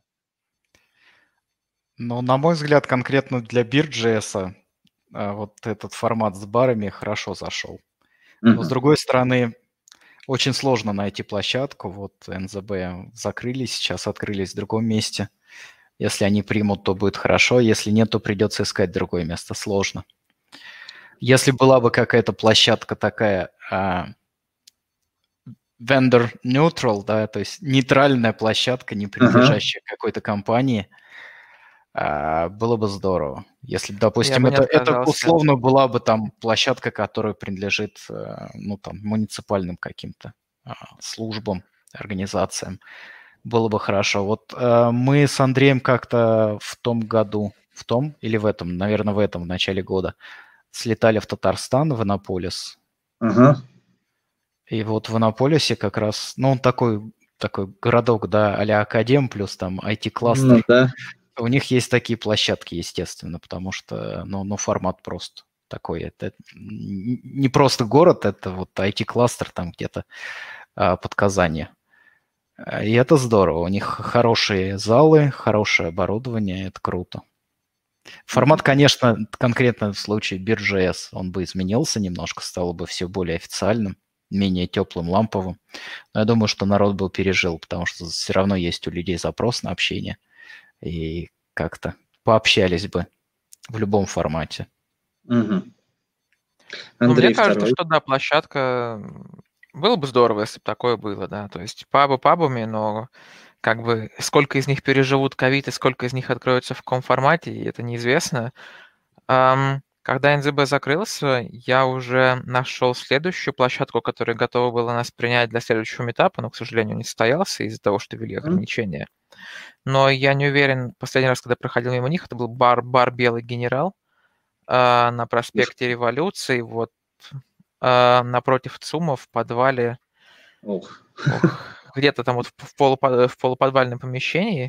Ну, на мой взгляд, конкретно для Beer.js вот этот формат с барами хорошо зашел. Но, с другой стороны, очень сложно найти площадку. Вот НЗБ закрылись, сейчас открылись в другом месте. Если они примут, то будет хорошо. Если нет, то придется искать другое место. Сложно. Если была бы какая-то площадка такая vendor neutral, да, то есть нейтральная площадка, не принадлежащая какой-то компании, было бы здорово. Если, допустим, это условно была бы там площадка, которая принадлежит, ну, там, муниципальным каким-то службам, организациям. Было бы хорошо. Вот мы с Андреем как-то в том году, наверное, в этом, в начале года, слетали в Татарстан, в Иннополис. И вот в Иннополисе как раз, ну, он такой городок, да, а-ля Академ, плюс там IT-кластер. Ну, да. У них есть такие площадки, естественно, потому что, ну, формат просто такой. Это не просто город, это вот IT-кластер там где-то под Казани. И это здорово. У них хорошие залы, хорошее оборудование, это круто. Формат, конечно, конкретно в случае Beer.js, он бы изменился немножко, стало бы все более официальным, менее теплым, ламповым. Но я думаю, что народ бы пережил, потому что все равно есть у людей запрос на общение. И как-то пообщались бы в любом формате. Андрей, мне кажется, что да, площадка... Было бы здорово, если бы такое было, да. То есть пабы пабами, но как бы сколько из них переживут ковид и сколько из них откроются в каком формате, это неизвестно. Когда НЗБ закрылся, я уже нашел следующую площадку, которая готова была нас принять для следующего митапа, но, к сожалению, не состоялся из-за того, что ввели ограничения. Но я не уверен, последний раз, когда проходил мимо них, это был бар «Белый генерал» на проспекте Революции, вот напротив ЦУМа в подвале, где-то там вот в полуподвальном помещении.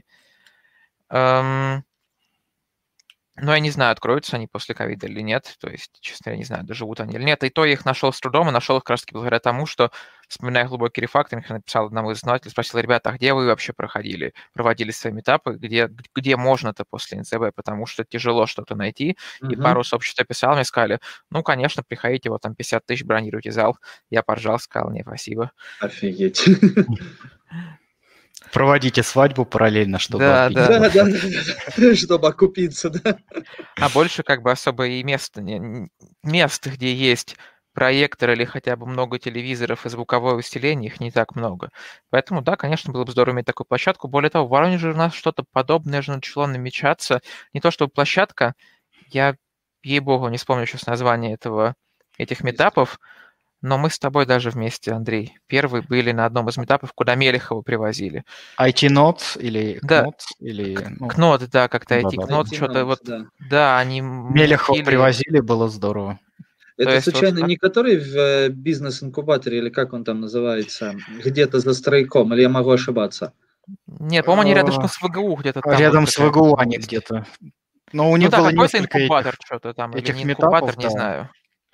Но я не знаю, откроются они после ковида или нет. То есть, честно, я не знаю, доживут они или нет. И то я их нашел с трудом, и нашел их как раз-таки благодаря тому, что, вспоминая глубокий рефакторинг, я написал одному из основателей, спросил: ребята, а где вы вообще проводили свои этапы, где можно-то после НЦБ, потому что тяжело что-то найти. И пару сообществ описал, мне сказали, ну, конечно, приходите, вот там 50 тысяч, бронируйте зал. Я поржал, сказал: не, спасибо. Офигеть. Проводите свадьбу параллельно, чтобы чтобы окупиться, да. А больше как бы особо и места, где есть проектор или хотя бы много телевизоров и звуковое усиление, их не так много. Поэтому, да, конечно, было бы здорово иметь такую площадку. Более того, в Воронеже у нас что-то подобное же начало намечаться. Не то чтобы площадка, я, ей-богу, не вспомню сейчас название этих митапов, но мы с тобой даже вместе, Андрей, первые были на одном из митапов, куда Мелехова привозили. IT-нот или КНОТ? Или... КНОТ, да, как-то IT-КНОТ, что-то вот... Да, они... Мелехова привозили, было здорово. Это случайно не который в бизнес-инкубаторе, или как он там называется, где-то за Стройком, или я могу ошибаться? Нет, по-моему, они рядышком с ВГУ где-то там. Рядом с ВГУ они где-то. Но у них было несколько инкубатор что-то там, этих или не инкубатор, метапов, не знаю.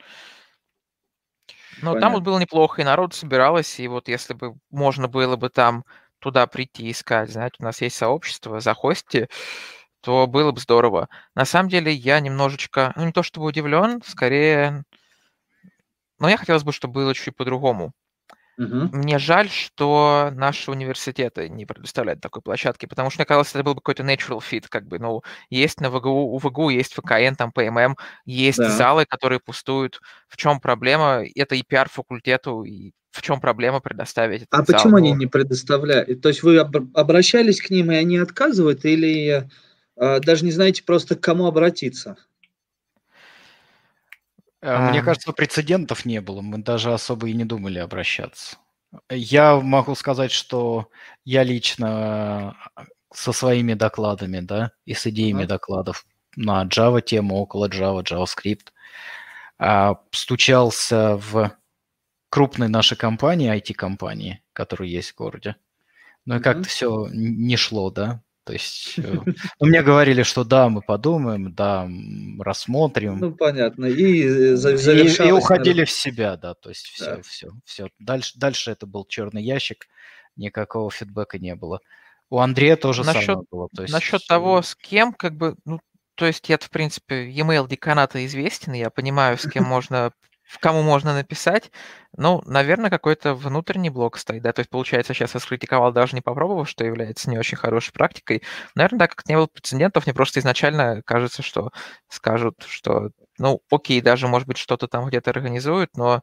Но там вот было неплохо, и народ собиралось, и вот если бы можно было бы там туда прийти и искать, знаете, у нас есть сообщество, захостите, то было бы здорово. На самом деле я немножечко, не то чтобы удивлен, скорее, но я хотелось бы, чтобы было чуть по-другому. Мне жаль, что наши университеты не предоставляют такой площадки, потому что, мне казалось, это был бы какой-то natural fit, как бы, есть на ВГУ, у ВГУ есть ФКН, там ПММ, есть залы, которые пустуют. В чем проблема? Это и пиар-факультету, и в чем проблема предоставить этот зал? А почему они не предоставляют? То есть вы обращались к ним, и они отказывают, или даже не знаете просто к кому обратиться? Мне кажется, прецедентов не было, мы даже особо и не думали обращаться. Я могу сказать, что я лично со своими докладами, да, и с идеями докладов на Java тему, около Java, JavaScript, стучался в крупные наши компании, IT-компании, которые есть в городе. Но и как-то все не шло, да. То есть мне говорили, что да, мы подумаем, да, рассмотрим. Ну, понятно. И завершалось... И уходили в себя, да. То есть все. Дальше это был черный ящик, никакого фидбэка не было. У Андрея тоже самое было. Насчет того, с кем, как бы, то есть я, в принципе, e-mail деканата известен, я понимаю, с кем можно... Кому можно написать, наверное, какой-то внутренний блок стоит, да, то есть, получается, сейчас раскритиковал, даже не попробовав, что является не очень хорошей практикой. Наверное, так как не было прецедентов, мне просто изначально кажется, что скажут, что, окей, даже, может быть, что-то там где-то организуют, но...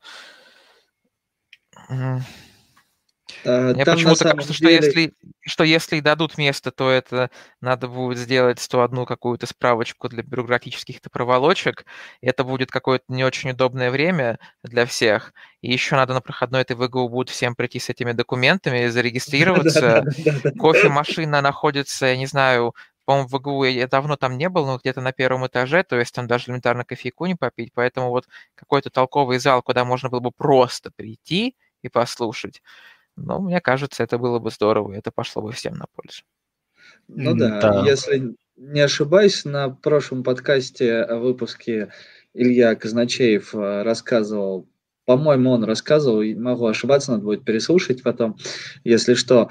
Мне почему-то кажется, что если дадут место, то это надо будет сделать 101 какую-то справочку для бюрократических-то проволочек. И это будет какое-то не очень удобное время для всех. И еще надо на проходной этой ВГУ будет всем прийти с этими документами, зарегистрироваться. Кофемашина находится, я не знаю, по-моему, в ВГУ я давно там не был, но где-то на первом этаже, то есть там даже элементарно кофейку не попить. Поэтому вот какой-то толковый зал, куда можно было бы просто прийти и послушать. Мне кажется, это было бы здорово, и это пошло бы всем на пользу. Ну да, если не ошибаюсь, на прошлом подкасте о выпуске Илья Казначеев рассказывал, по-моему, он рассказывал, могу ошибаться, надо будет переслушать потом, если что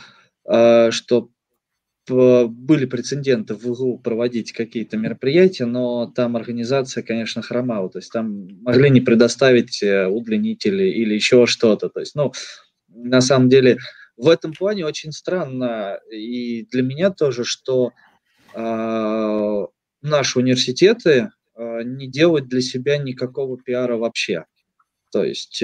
были прецеденты в ВГУ проводить какие-то мероприятия, но там организация, конечно, хромала, то есть там могли не предоставить удлинители или еще что-то, то есть, на самом деле, в этом плане очень странно, и для меня тоже, что наши университеты не делают для себя никакого пиара вообще. То есть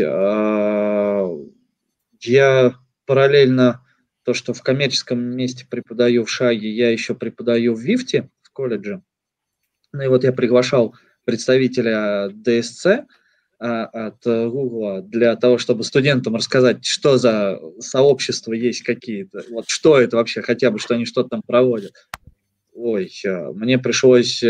я параллельно то, что в коммерческом месте преподаю в ШАГе, я еще преподаю в ВИФТе, в колледже. Ну и вот я приглашал представителя DSC от Google для того, чтобы студентам рассказать, что за сообщества есть какие-то, вот что это вообще, хотя бы, что они что-то там проводят. Ой, мне пришлось,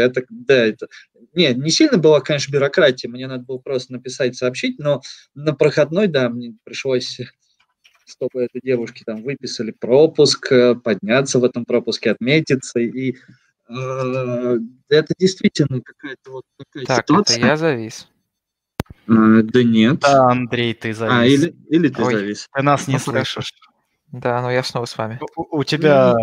не сильно была, конечно, бюрократия, мне надо было просто написать, сообщить, но на проходной, да, мне пришлось, чтобы этой девушке там выписали пропуск, подняться в этом пропуске, отметиться, и это действительно какая-то вот такая ситуация. Это я завис. Да нет. Да, Андрей, ты завис. Или ты завис. Ты нас не Ну, слышишь. Да, но я снова с вами. У тебя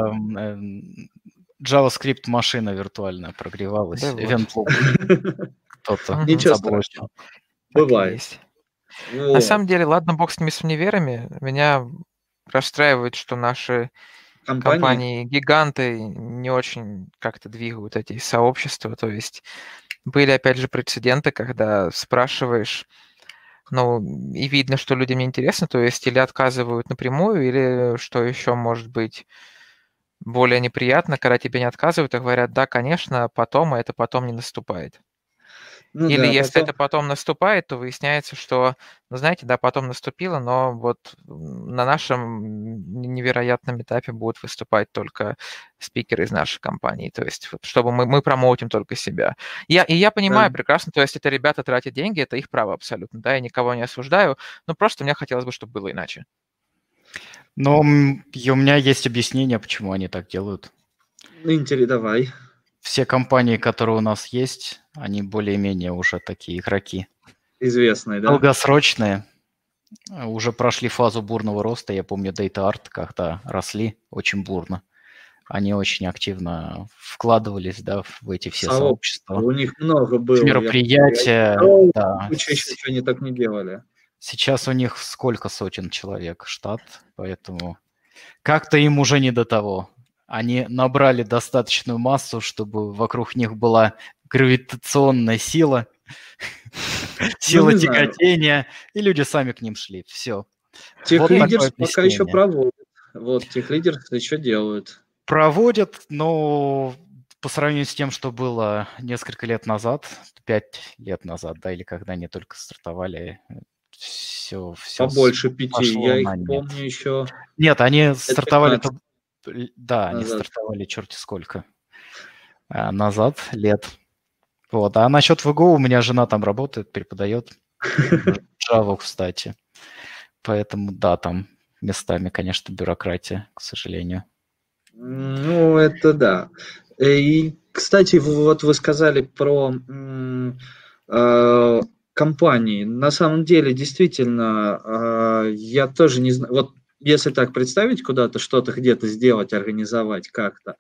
JavaScript машина виртуальная прогревалась. Да вот. Event-loop кто-то Ничего заблочил. страшного. Бывает. На самом деле, ладно, бог с ними с универами. Меня расстраивает, что наши компании-гиганты не очень как-то двигают эти сообщества. То есть были, опять же, прецеденты, когда спрашиваешь, ну, и видно, что людям не интересно, то есть или отказывают напрямую, или, что еще может быть более неприятно, когда тебе не отказывают, а говорят, да, конечно, потом, а это потом не наступает. Ну, или да, если это потом наступает, то выясняется, что, ну, знаете, да, потом наступило, но вот на нашем невероятном этапе будут выступать только спикеры из нашей компании, то есть вот, чтобы мы промоутим только себя. Я понимаю прекрасно, то есть это ребята тратят деньги, это их право абсолютно, да, я никого не осуждаю, но просто мне хотелось бы, чтобы было иначе. Но у меня есть объяснение, почему они так делают. Давай. Все компании, которые у нас есть, они более-менее уже такие игроки. Известные, да? Долгосрочные. Уже прошли фазу бурного роста. Я помню DataArt, когда росли очень бурно. Они очень активно вкладывались, да, в эти все сообщества. У них много было. Мероприятия, да. Еще они так не делали. Сейчас у них сколько сотен человек штат, поэтому как-то им уже не до того. Они набрали достаточную массу, чтобы вокруг них была гравитационная сила, сила тяготения, и люди сами к ним шли. Все. Техлидерс пока еще проводят. Вот, техлидерс еще делают. Проводят, но по сравнению с тем, что было несколько лет назад, 5 лет назад, да, или когда они только стартовали, все побольше 5, я их помню еще. Нет, они стартовали... Да, они стартовали черти сколько назад, лет. Вот. А насчет ВГУ, у меня жена там работает, преподает Java, кстати. Поэтому, да, там местами, конечно, бюрократия, к сожалению. Ну, это да. И, кстати, вот вы сказали про компании. На самом деле, действительно, я тоже не знаю. Вот если так представить куда-то, что-то где-то сделать, организовать как-то,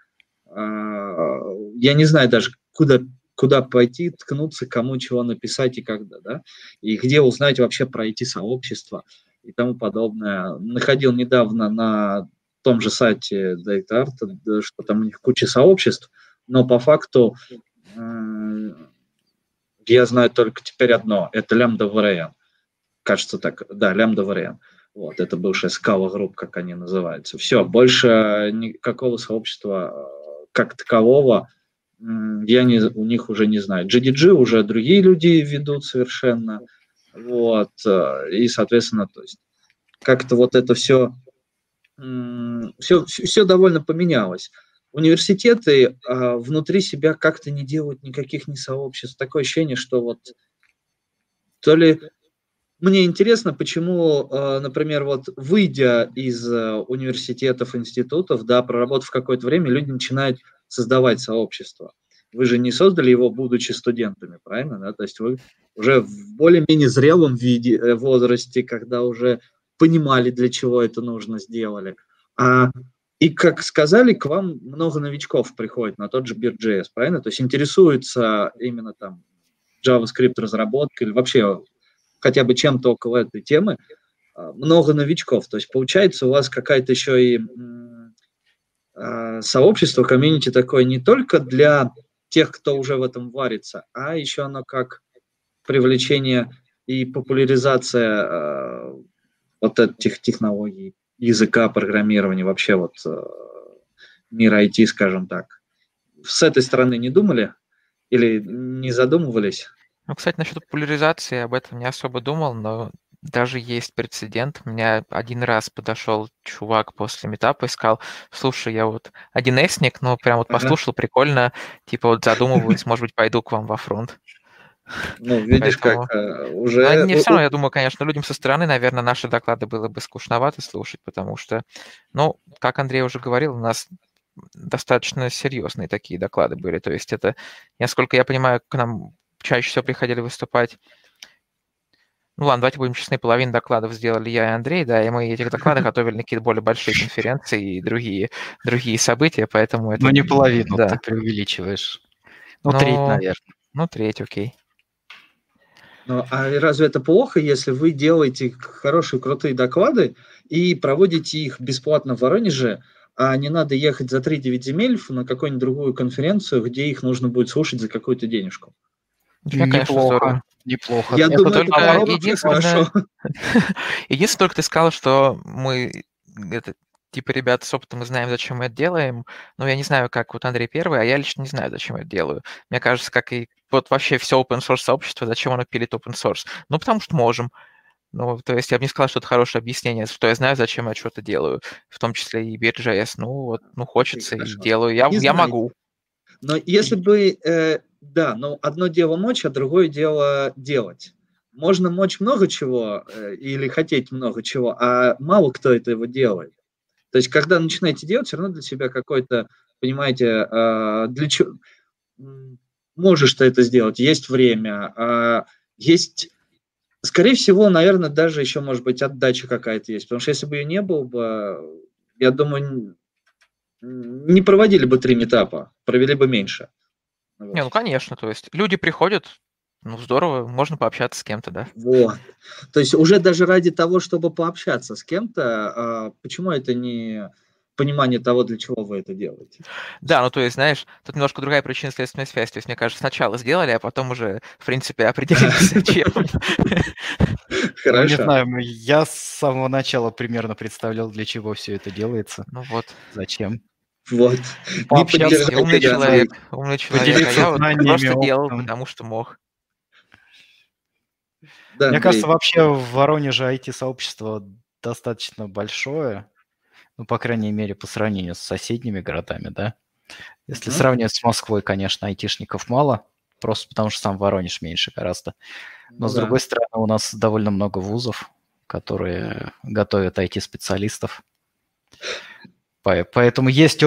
я не знаю даже, куда пойти, ткнуться, кому чего написать и когда, да, и где узнать вообще про эти сообщества и тому подобное. Находил недавно на том же сайте DataArt, что там у них куча сообществ, но по факту я знаю только теперь одно, это Lambda VRN. Кажется так, да, Lambda VRN. Вот, это бывшая Scala Group, как они называются. Все, больше никакого сообщества как такового я у них уже не знаю. GDG уже другие люди ведут совершенно. Вот, и, соответственно, то есть как-то вот это все довольно поменялось. Университеты внутри себя как-то не делают никаких сообществ. Такое ощущение, что вот то ли... Мне интересно, почему, например, вот выйдя из университетов, институтов, да, проработав какое-то время, люди начинают создавать сообщество. Вы же не создали его, будучи студентами, правильно? Да? То есть вы уже в более-менее зрелом возрасте, когда уже понимали, для чего это нужно, сделали. И, как сказали, к вам много новичков приходит на тот же Beard.js, правильно? То есть интересуются именно там JavaScript разработкой или вообще хотя бы чем-то около этой темы, много новичков. То есть получается у вас какая-то еще и сообщество, комьюнити такое не только для тех, кто уже в этом варится, а еще оно как привлечение и популяризация вот этих технологий, языка программирования, вообще вот мира IT, скажем так. С этой стороны не думали? Или не задумывались? Ну, кстати, насчет популяризации об этом не особо думал, но даже есть прецедент. У меня один раз подошел чувак после митапа и сказал: слушай, я вот 1С-ник, но прям вот Ага. послушал, прикольно, типа вот задумываюсь, может быть, пойду к вам во фронт. Ну, видишь, как Поэтому... Но уже... не все равно, я думаю, конечно, людям со стороны, наверное, наши доклады было бы скучновато слушать, потому что, ну, как Андрей уже говорил, у нас достаточно серьезные такие доклады были. То есть это, насколько я понимаю, к нам чаще всего приходили выступать. Ну ладно, давайте будем честны, половину докладов сделали я и Андрей, да, и мы этих доклады готовили на какие-то более большие конференции и другие события, поэтому это... Ну, не половину, да. ты преувеличиваешь. Ну, треть, наверное. Ну, треть, окей. Ну, а разве это плохо, если вы делаете хорошие, крутые доклады и проводите их бесплатно в Воронеже, а не надо ехать за 3-9 земель на какую-нибудь другую конференцию, где их нужно будет слушать за какую-то денежку? Для меня, конечно, здорово. Неплохо. Я думаю, только это единственное, только ты сказал, что мы типа ребята с опытом, мы знаем, зачем мы это делаем, но я не знаю, как вот Андрей первый, а я лично не знаю, зачем я это делаю. Мне кажется, как и вот вообще все open source сообщество, зачем оно пилит open source? Ну, потому что можем. Ну, то есть я бы не сказал, что это хорошее объяснение, что я знаю, зачем я что-то делаю, в том числе и Beard.js. Ну, вот, хочется и делаю. Я могу. Но если бы, да, но одно дело мочь, а другое дело делать. Можно мочь много чего или хотеть много чего, а мало кто этого делает. То есть, когда начинаете делать, все равно для себя какой-то, понимаете, для чего можешь ты это сделать, есть время, есть, скорее всего, наверное, даже еще, может быть, отдача какая-то есть. Потому что если бы ее не было бы, я думаю, не проводили бы 3 митапа, провели бы меньше. Вот. Не, ну конечно, то есть люди приходят, ну здорово, можно пообщаться с кем-то, да. Вот. То есть уже даже ради того, чтобы пообщаться с кем-то, почему это не понимание того, для чего вы это делаете? Да, ну то есть, знаешь, тут немножко другая причинно-следственная связь. То есть, мне кажется, сначала сделали, а потом уже, в принципе, определились, зачем. Ну, не знаю, я с самого начала примерно представлял, для чего все это делается. Ну вот. Зачем. Вот. Пообщаться, умный человек, а я вот просто делал, потому что мог. Да, мне кажется, вообще в Воронеже IT-сообщество достаточно большое, ну, по крайней мере, по сравнению с соседними городами, да. Если сравнивать с Москвой, конечно, айтишников мало, просто потому что сам Воронеж меньше гораздо. Но, с другой стороны, у нас довольно много вузов, которые готовят IT-специалистов. Поэтому есть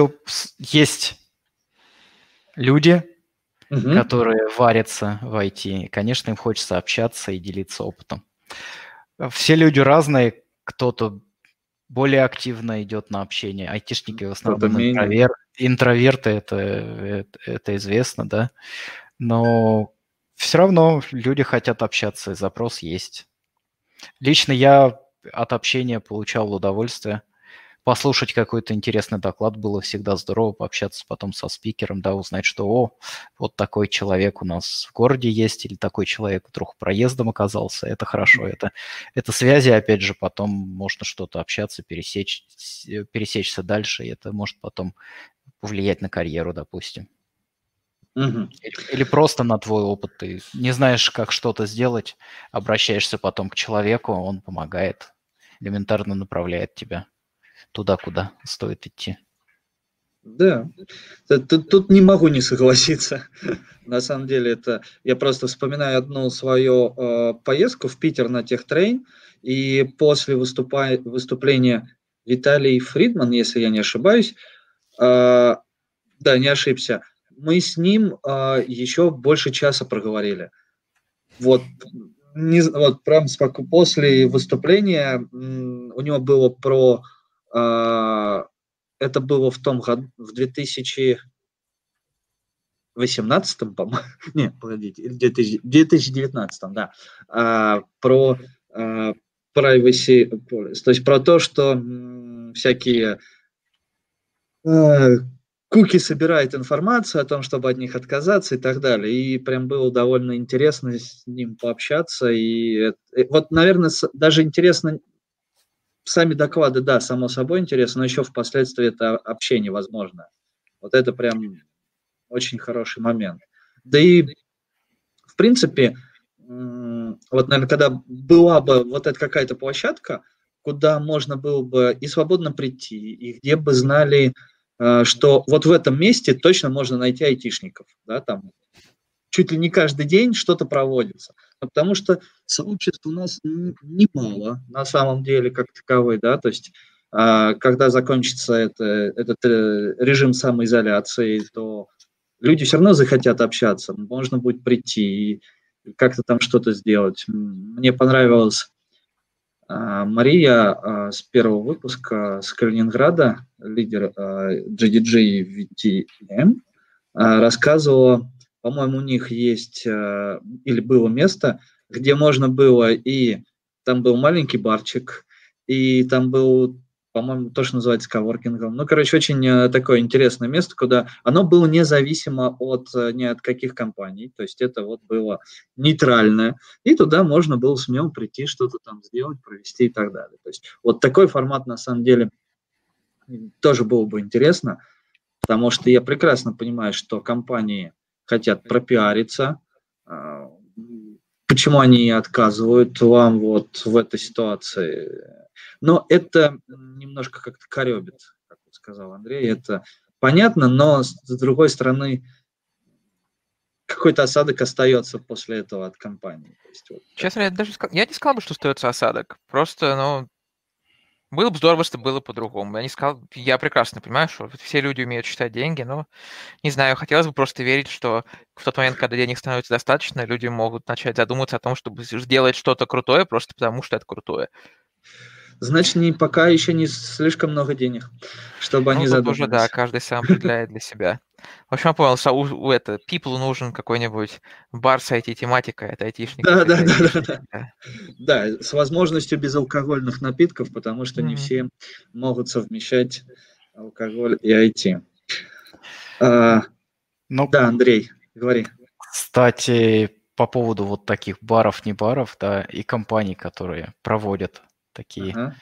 люди, которые варятся в IT. И, конечно, им хочется общаться и делиться опытом. Все люди разные. Кто-то более активно идет на общение. Айтишники в основном интроверты, это известно, да. Но все равно люди хотят общаться, и запрос есть. Лично я от общения получал удовольствие. Послушать какой-то интересный доклад было всегда здорово, пообщаться потом со спикером, да, узнать, что, вот такой человек у нас в городе есть, или такой человек вдруг проездом оказался, это хорошо. Это связи, опять же, потом можно что-то общаться, пересечься дальше, и это может потом повлиять на карьеру, допустим. Или просто на твой опыт. Ты не знаешь, как что-то сделать, обращаешься потом к человеку, он помогает, элементарно направляет тебя туда, куда стоит идти. Да, тут не могу не согласиться. На самом деле, я просто вспоминаю одну свою поездку в Питер на техтрейн, и после выступления Виталий Фридман, если я не ошибаюсь, да, не ошибся, мы с ним еще больше часа проговорили. Вот прям после выступления у него было это было в том году, в 2018, по-моему, нет, погодите, в 2019, да, про privacy policy, то есть про то, что всякие куки собирает информацию о том, чтобы от них отказаться и так далее. И прям было довольно интересно с ним пообщаться. И вот, наверное, даже интересно сами доклады, да, само собой интересно, но еще впоследствии это общение возможно. Вот это прям очень хороший момент. Да и, в принципе, вот, наверное, когда была бы вот эта какая-то площадка, куда можно было бы и свободно прийти, и где бы знали, что вот в этом месте точно можно найти айтишников, да, там чуть ли не каждый день что-то проводится. Потому что сообществ у нас немало на самом деле как таковой, да, то есть когда закончится этот режим самоизоляции, то люди все равно захотят общаться, можно будет прийти и как-то там что-то сделать. Мне понравилась Мария с первого выпуска с Калининграда, лидер GDG VTM, рассказывала, по-моему, у них есть или было место, где можно было, и там был маленький барчик, и там был, по-моему, то, что называется коворкингом. Ну, короче, очень такое интересное место, куда оно было независимо ни от каких компаний, то есть это вот было нейтральное, и туда можно было смело прийти, что-то там сделать, провести и так далее. То есть вот такой формат, на самом деле, тоже было бы интересно, потому что я прекрасно понимаю, что компании хотят пропиариться, почему они отказывают вам вот в этой ситуации. Но это немножко как-то коребит, как сказал Андрей, это понятно, но с другой стороны, какой-то осадок остается после этого от компании. То есть, вот, Честно, я не сказал бы, что остается осадок. Просто, было бы здорово, если было по-другому. Я прекрасно понимаю, что все люди умеют считать деньги, но, не знаю, хотелось бы просто верить, что в тот момент, когда денег становится достаточно, люди могут начать задуматься о том, чтобы сделать что-то крутое, просто потому что это крутое. Значит, пока еще не слишком много денег, чтобы они тут задумались. уже, да, каждый сам определяет для себя. В общем, я понял, что people нужен какой-нибудь бар с IT-тематикой, это айтишников. Да, с возможностью безалкогольных напитков, потому что не все могут совмещать алкоголь и IT. Да, Андрей, говори. Кстати, по поводу вот таких баров, не баров, да, и компаний, которые проводят такие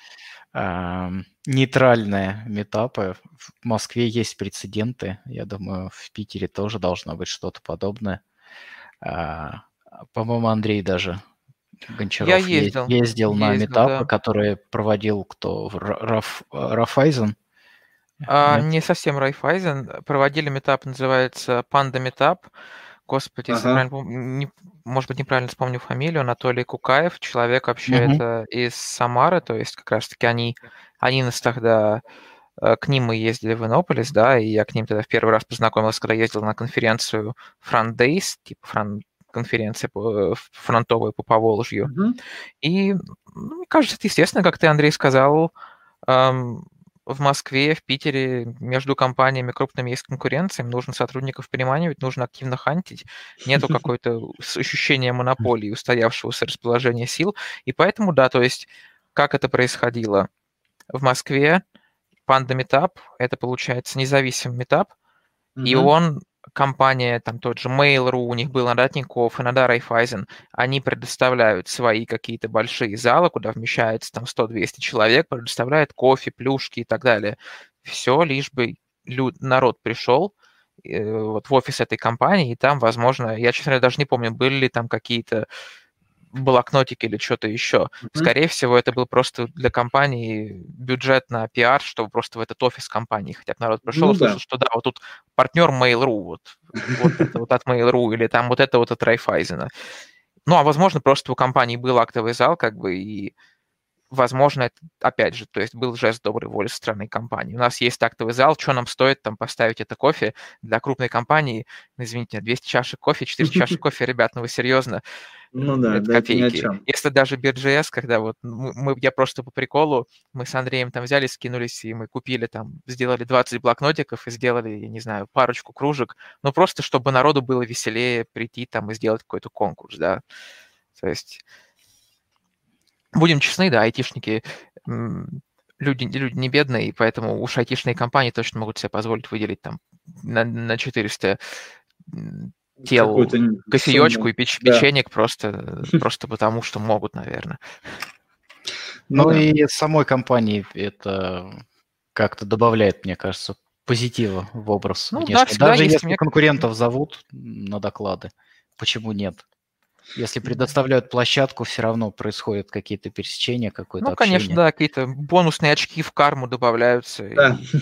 нейтральные митапы. В Москве есть прецеденты. Я думаю, в Питере тоже должно быть что-то подобное. По-моему, Андрей даже Гончаров ездил на митапы, да. Которые проводил кто? Райфайзен? Не совсем Райфайзен. Проводили митап, называется Панда Митап. Господи, может быть, неправильно вспомню фамилию, Анатолий Кукаев, человек вообще это из Самары, то есть как раз-таки они нас тогда, к ним мы ездили в Иннополис, да, и я к ним тогда в первый раз познакомился, когда ездил на конференцию Front Days, типа конференция фронтовая по Поволжью. И, мне кажется, это естественно, как ты, Андрей, сказал, в Москве, в Питере между компаниями крупными есть конкуренция, им нужно сотрудников переманивать, нужно активно хантить, нету какой-то ощущения монополии, устоявшегося расположения сил, и поэтому, да, то есть как это происходило? В Москве Panda Meetup, это получается независимый митап, и компания, там тот же Mail.ru, у них был иногда Тинькофф, иногда Райфайзен, они предоставляют свои какие-то большие залы, куда вмещается там 100-200 человек, предоставляют кофе, плюшки и так далее. Все, лишь бы народ пришел вот в офис этой компании, и там, возможно, я, честно говоря, даже не помню, были ли там какие-то блокнотики или что-то еще. Скорее всего, это был просто для компании бюджет на пиар, чтобы просто в этот офис компании хотя бы народ пришел и слышал, что да, вот тут партнер Mail.ru, вот это вот от Mail.ru, или там вот это вот от Райфайзена. А возможно, просто у компании был актовый зал, как бы, и возможно, это, опять же, то есть был жест доброй воли со стороны компании. У нас есть актовый зал, что нам стоит там поставить это кофе для крупной компании? Извините, 200 чашек кофе, 400 чашек кофе, ребят, вы серьезно? Это копейки. Если даже BitGS, когда вот я просто по приколу, мы с Андреем там взяли, скинулись, и мы купили там, сделали 20 блокнотиков и сделали, я не знаю, парочку кружек, просто чтобы народу было веселее прийти там и сделать какой-то конкурс, да. То есть... Будем честны, да, айтишники люди не бедные, и поэтому уж айтишные компании точно могут себе позволить выделить там на 400 тел кофеечку и печенек просто потому, что могут, наверное. И самой компании это как-то добавляет, мне кажется, позитива в образ Ну да, внешний. всегда Даже есть если конкурентов зовут на доклады, почему нет? Если предоставляют площадку, все равно происходят какие-то пересечения, какое-то Ну, конечно, общение. да, какие-то бонусные очки в карму добавляются. Да, И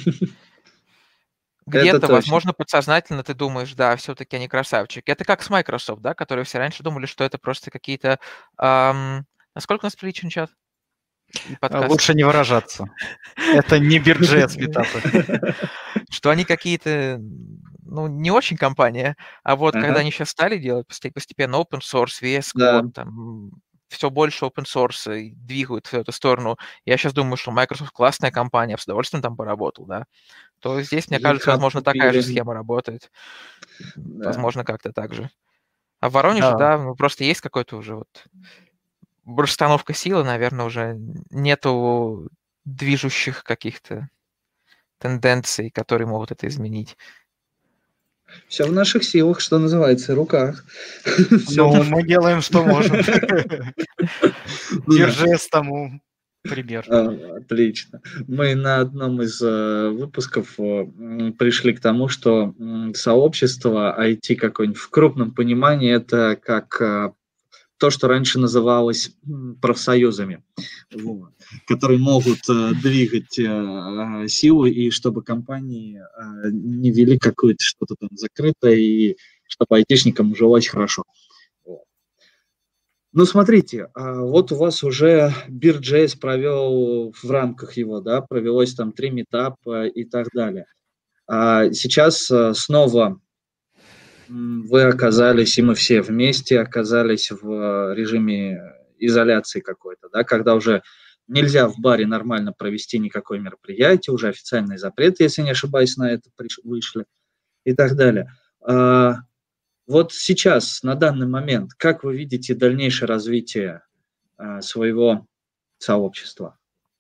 это где-то, точно. возможно, подсознательно ты думаешь, да, все-таки они красавчики. Это как с Microsoft, да, которые все раньше думали, что это просто какие-то... Насколько у нас приличен чат и подкаст? Лучше не выражаться. Это не Бирджес метапы. Что они какие-то, ну, не очень компания, а вот когда Ага, они сейчас стали делать постепенно open source, VS да. Code, там, все больше open source и двигают в эту сторону, я сейчас думаю, что Microsoft классная компания, я бы с удовольствием там поработал, да, то здесь, мне кажется, GitHub возможно, такая же купили. схема работает, Да. возможно, как-то так же. А в Воронеже, Да, да, ну, просто есть какой-то уже вот расстановка силы, наверное, уже нету движущих каких-то тенденций, которые могут это изменить. Все в наших силах, что называется, руках. Все. ну мы делаем, что можем. Ну да. Бирджес тому пример. Отлично. Мы на одном из выпусков пришли к тому, что сообщество IT какое-нибудь в крупном понимании это как то, что раньше называлось профсоюзами, вот, которые могут двигать силу, и чтобы компании не вели какое-то что-то там закрытое, и чтобы айтишникам жилось хорошо. Вот. Ну, смотрите, вот у вас уже Beer.js провел в рамках его, да, провелось там 3 метапа и так далее. А сейчас снова вы оказались, и мы все вместе оказались в режиме изоляции какой-то, да, когда уже нельзя в баре нормально провести никакое мероприятие, уже официальный запрет, если не ошибаюсь, на это вышли и так далее. Вот сейчас, на данный момент, как вы видите дальнейшее развитие своего сообщества?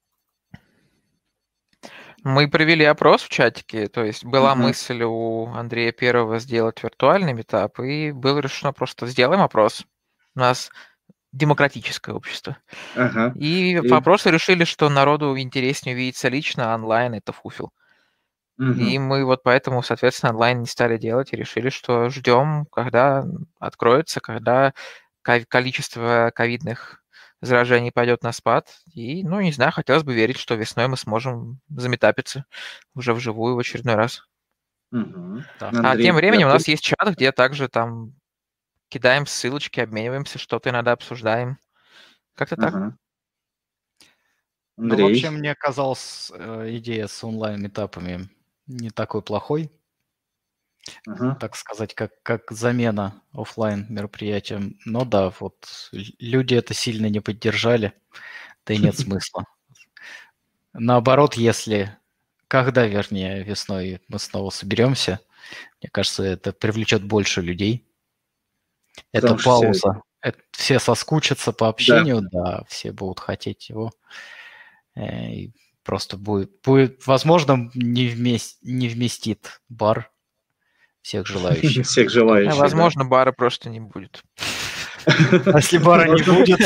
Мы провели опрос в чатике, то есть была Ага, мысль у Андрея Первого сделать виртуальный метап, и было решено просто сделаем опрос. У нас демократическое общество. ага. И по И, опросу решили, что народу интереснее увидеться лично, а онлайн это фуфел. И мгм. мы вот поэтому, соответственно, онлайн не стали делать и решили, что ждем, когда откроется, когда количество ковидных заражений пойдет на спад. И, ну, не знаю, хотелось бы верить, что весной мы сможем заметапиться уже вживую в очередной раз. Мгм. Да. А тем Андрей, временем у готов? нас есть чат, где также там кидаем ссылочки, обмениваемся, что-то иногда обсуждаем. Как-то так. Ага. Ну, вообще, Андрей. мне казалось, идея с онлайн-метапами не такой плохой, Ага. так сказать, как замена оффлайн мероприятиям. Но да, вот люди это сильно не поддержали, да и нет смысла. Наоборот, когда, вернее, весной мы снова соберемся, мне кажется, это привлечет больше людей. Это Потому что все, пауза. Все соскучатся по да, общению, да, все будут хотеть его. И просто будет, возможно, не вместит бар всех желающих. всех А, желающих, да. возможно, бара просто не будет. А если бара не Можно, будет,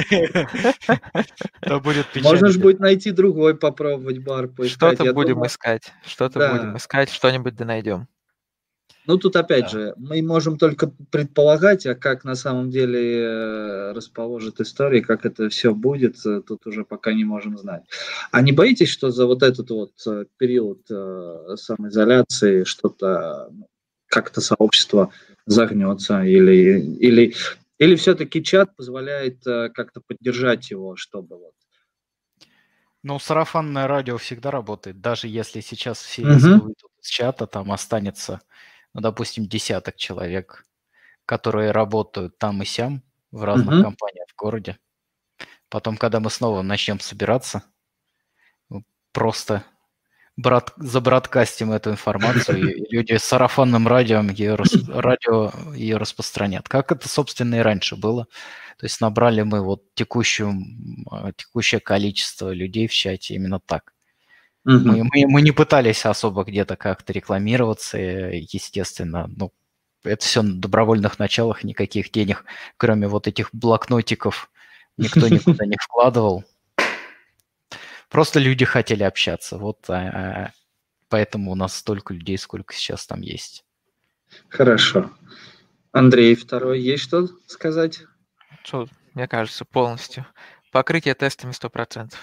то будет можно печально. же будет найти другой, попробовать бар, поискать. Что-то Я будем думаю, искать, да. что-нибудь да найдем. Ну, тут опять Да. же, мы можем только предполагать, а как на самом деле расположит история, как это все будет, тут уже пока не можем знать. А не боитесь, что за вот этот вот период самоизоляции что-то, как-то сообщество загнется или все-таки чат позволяет как-то поддержать его, чтобы вот... Ну, сарафанное радио всегда работает. Даже если сейчас все резко Мгм. выйдут из чата, там останется, ну, допустим, десяток человек, которые работают там и сям в разных Мгм. компаниях в городе. Потом, когда мы снова начнем собираться, просто забродкастим эту информацию, и люди с сарафанным радио ее распространят. Как это, собственно, и раньше было. То есть набрали мы вот текущее количество людей в чате именно так. Мгм. Мы не пытались особо где-то как-то рекламироваться, естественно. Ну, это все на добровольных началах, никаких денег, кроме вот этих блокнотиков, никто никуда не вкладывал. Просто люди хотели общаться. Вот поэтому у нас столько людей, сколько сейчас там есть. Хорошо. Андрей, второй, есть что сказать? Что, мне кажется, полностью. Покрытие тестами 100%.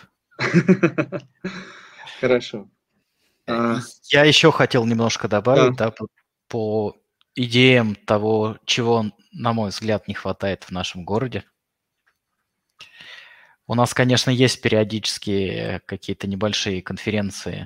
Хорошо. Я еще хотел немножко добавить, да, по идеям того, чего, на мой взгляд, не хватает в нашем городе. У нас, конечно, есть периодически какие-то небольшие конференции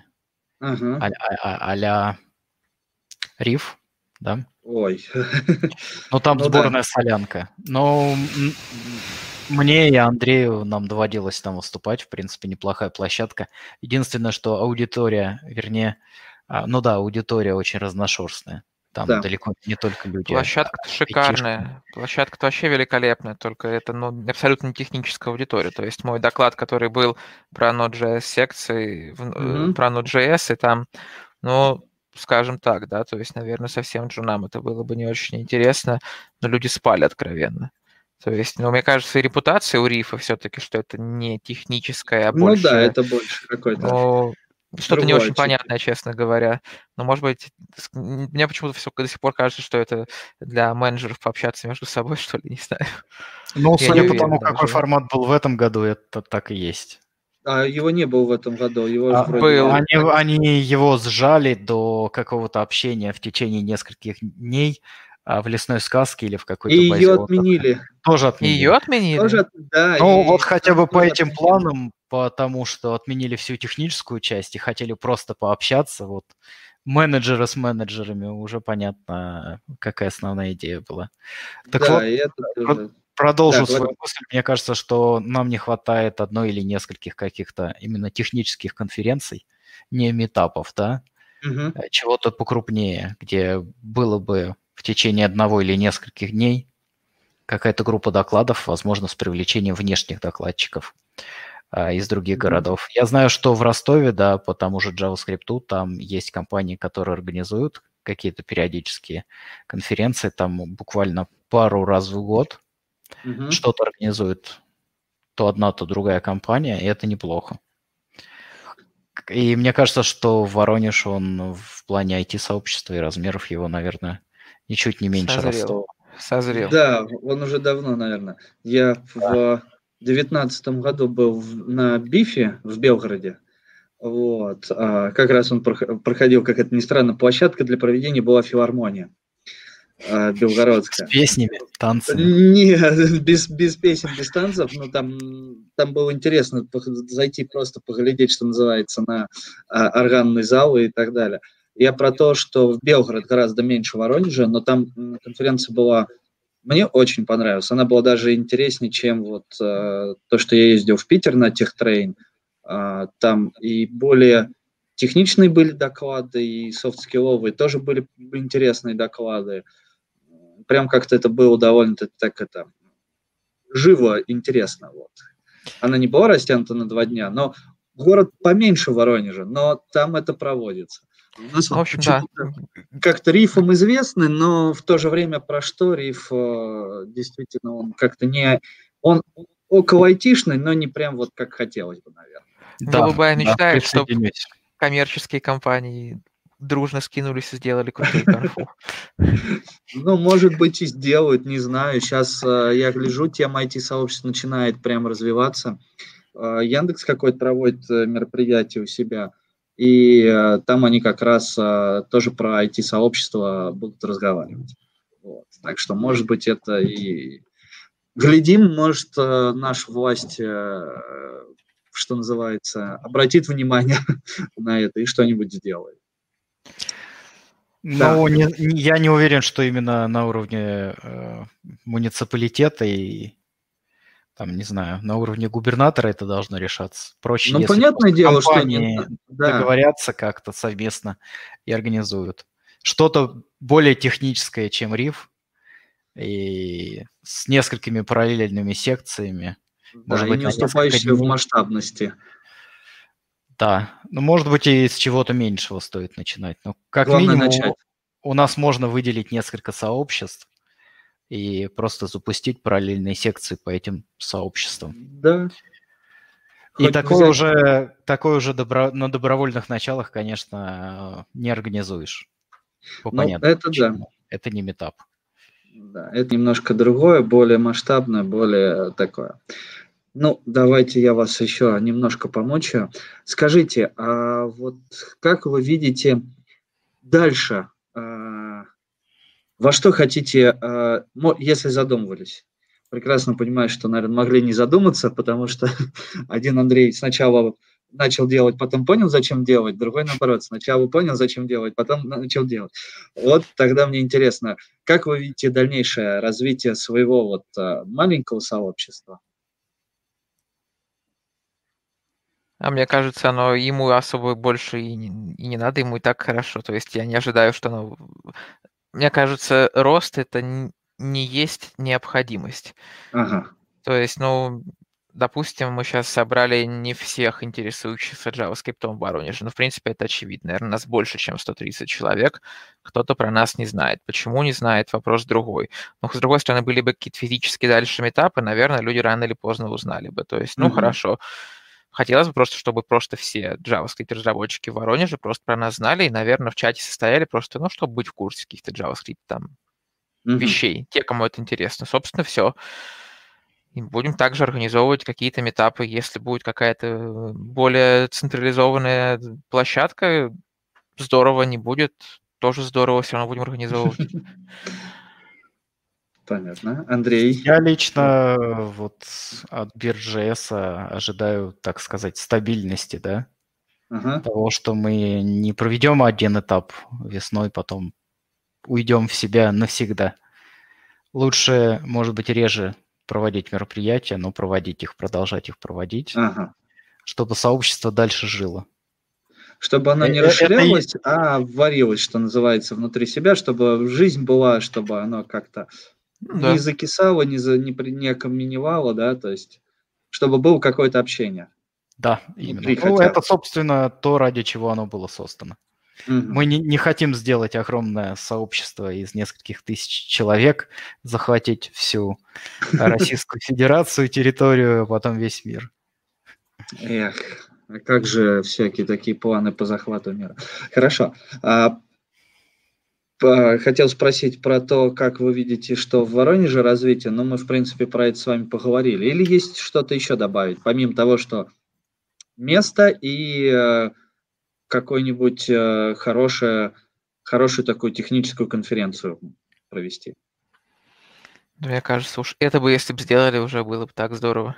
а-ля РИФ, да? Ой. Ну, там сборная солянка. Но мне и Андрею нам доводилось там выступать. В принципе, неплохая площадка. Единственное, что аудитория, вернее, аудитория очень разношерстная. Там далеко не только люди. Площадка-то шикарная. Площадка-то вообще великолепная, только это абсолютно не техническая аудитория. То есть мой доклад, который был про Node.js секции, про Node.js, и там, скажем так, да, то есть, наверное, совсем джунам это было бы не очень интересно, но люди спали откровенно. То есть, мне кажется, репутация у Рифа все-таки, что это не техническое, а больше... Ну да, это больше какой-то... Что-то не очень понятное, честно говоря. Но, может быть, мне почему-то до сих пор кажется, что это для менеджеров пообщаться между собой, что ли, не знаю. Ну, судя по тому, какой формат был в этом году, это так и есть. А его не было в этом году, его же был. Они его сжали до какого-то общения в течение нескольких дней в лесной сказке или в какой-то базе. И ее отдыха. отменили. Тоже отменили. Ее отменили? Тоже, да. Ну, вот хотя бы по этим планам, потому что отменили всю техническую часть и хотели просто пообщаться. Вот менеджеры с менеджерами, уже понятно, какая основная идея была. Так да, вот, и это тоже... Продолжу свою мысль. Мне кажется, что нам не хватает одной или нескольких каких-то именно технических конференций, не митапов, да, чего-то покрупнее, где было бы в течение одного или нескольких дней какая-то группа докладов, возможно, с привлечением внешних докладчиков из других городов. Я знаю, что в Ростове, да, по тому же JavaScript, там есть компании, которые организуют какие-то периодические конференции, там буквально пару раз в год что-то организует то одна, то другая компания, и это неплохо. И мне кажется, что Воронеж, он в плане IT-сообщества и размеров его, наверное, ничуть не меньше Ростова. Созрел. Да, он уже давно, наверное. Я в 2019 году был на БИФе в Белгороде. Вот. Как раз он проходил, как это ни странно, площадка для проведения была филармония. Белгородская. С песнями, танцами. Нет, без песен, без танцев, но там было интересно зайти просто поглядеть, что называется, на органный зал и так далее. Я про то, что в Белгород гораздо меньше Воронежа, но там конференция была, мне очень понравилась. Она была даже интереснее, чем вот то, что я ездил в Питер на техтрейн. Там и более техничные были доклады, и софт-скилловые тоже были интересные доклады. Прям как-то это было довольно-таки так живо, интересно. Вот. Она не была растянута на 2 дня, но город поменьше Воронежа, но там это проводится. У нас в общем, да. Как-то рифом известны, но в то же время про что риф действительно он как-то не... Он около айтишный, но не прям вот как хотелось бы, наверное. Голубая мечта, чтобы коммерческие компании дружно скинулись и сделали крутую конфу. Ну, может быть, и сделают, не знаю. Сейчас я гляжу, тема IT-сообщества начинает прям развиваться. Яндекс какой-то проводит мероприятие у себя, и там они как раз тоже про IT-сообщество будут разговаривать. Вот. Так что, может быть, это и... Глядим, может, наша власть, что называется, обратит внимание на это и что-нибудь сделает. Ну, я не уверен, что именно на уровне муниципалитета и, там, не знаю, на уровне губернатора это должно решаться. Проще, ну, если понятное дело, компании что договорятся как-то совместно и организуют. Что-то более техническое, чем РИФ, и с несколькими параллельными секциями. Да, может и быть, не уступающие в масштабности. Да, ну, может быть, и с чего-то меньшего стоит начинать. Но как Главное минимум начать. У нас можно выделить несколько сообществ и просто запустить параллельные секции по этим сообществам. Да. И Хоть такое взять... уже на добровольных началах, конечно, не организуешь. По Ну, понятным это да. причинам. Это не метап. Да, это немножко другое, более масштабное, более такое. Ну, давайте я вас еще немножко помучаю. Скажите, а вот как вы видите дальше? Во что хотите, если задумывались? Прекрасно понимаю, что, наверное, могли не задуматься, потому что один Андрей сначала начал делать, потом понял, зачем делать, другой, наоборот, сначала понял, зачем делать, потом начал делать. Вот тогда мне интересно, как вы видите дальнейшее развитие своего вот маленького сообщества? А мне кажется, ему особо больше и не надо, ему и так хорошо. То есть я не ожидаю, что Мне кажется, рост — это не есть необходимость. Ага. То есть, допустим, мы сейчас собрали не всех интересующихся JavaScript в Воронеже. В принципе, это очевидно. Наверное, нас больше, чем 130 человек. Кто-то про нас не знает. Почему не знает, вопрос другой. Но, с другой стороны, были бы какие-то физические дальше метапы, наверное, люди рано или поздно узнали бы. То есть, хорошо. Хотелось бы просто, чтобы все JavaScript-разработчики в Воронеже просто про нас знали и, наверное, в чате состояли просто, чтобы быть в курсе каких-то JavaScript там вещей, те, кому это интересно. Собственно, все. И будем также организовывать какие-то метапы, если будет какая-то более централизованная площадка, здорово, не будет, тоже здорово, все равно будем организовывать. Понятно. Андрей? Я лично вот от Биржи.js ожидаю, так сказать, стабильности, да? Ага. Того, что мы не проведем один этап весной, потом уйдем в себя навсегда. Лучше, может быть, реже проводить мероприятия, но проводить их, продолжать их проводить, чтобы сообщество дальше жило. Чтобы оно не расширялось, а варилось, что называется, внутри себя, чтобы жизнь была, чтобы оно как-то не закисало, не окаменевало, да, то есть чтобы было какое-то общение. Да, именно. Это, собственно, то, ради чего оно было создано. Мы не хотим сделать огромное сообщество из нескольких тысяч человек, захватить всю Российскую Федерацию, территорию, а потом весь мир. Эх, а как же всякие такие планы по захвату мира. Хорошо. Хотел спросить про то, как вы видите, что в Воронеже развитие, но мы, в принципе, про это с вами поговорили. Или есть что-то еще добавить, помимо того, что место и какую-нибудь хорошую такую техническую конференцию провести? Мне кажется, уж это бы, если бы сделали, уже было бы так здорово.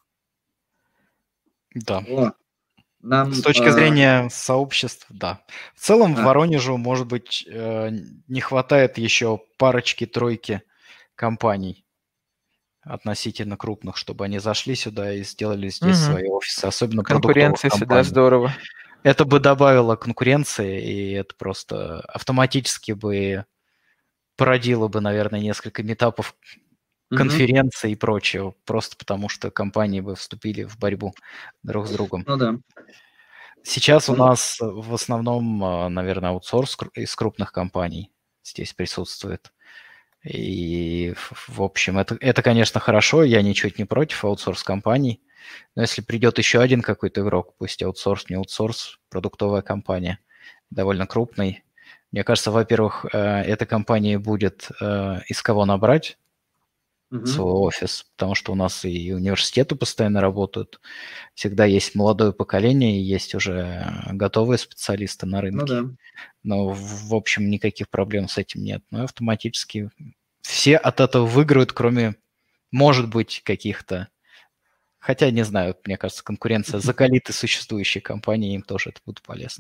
Да. Нам, с точки зрения сообществ, да. В целом в Воронежу, может быть, не хватает еще парочки-тройки компаний относительно крупных, чтобы они зашли сюда и сделали здесь свои офисы, особенно продуктовых компаний. Конкуренция всегда здорово. Это бы добавило конкуренции, и это просто автоматически бы породило бы, наверное, несколько метапов, конференций и прочего, просто потому что компании бы вступили в борьбу друг с другом. Ну да. Сейчас у нас в основном, наверное, аутсорс из крупных компаний здесь присутствует. И, в общем, это, конечно, хорошо, я ничуть не против аутсорс-компаний, но если придет еще один какой-то игрок, пусть аутсорс, не аутсорс, продуктовая компания, довольно крупный, мне кажется, во-первых, эта компания будет из кого набрать свой офис, потому что у нас и университеты постоянно работают, всегда есть молодое поколение, и есть уже готовые специалисты на рынке. Ну да. Но, в общем, никаких проблем с этим нет. Но автоматически все от этого выиграют, кроме, может быть, каких-то... Хотя, не знаю, мне кажется, конкуренция закалит и существующие компании, им тоже это будет полезно.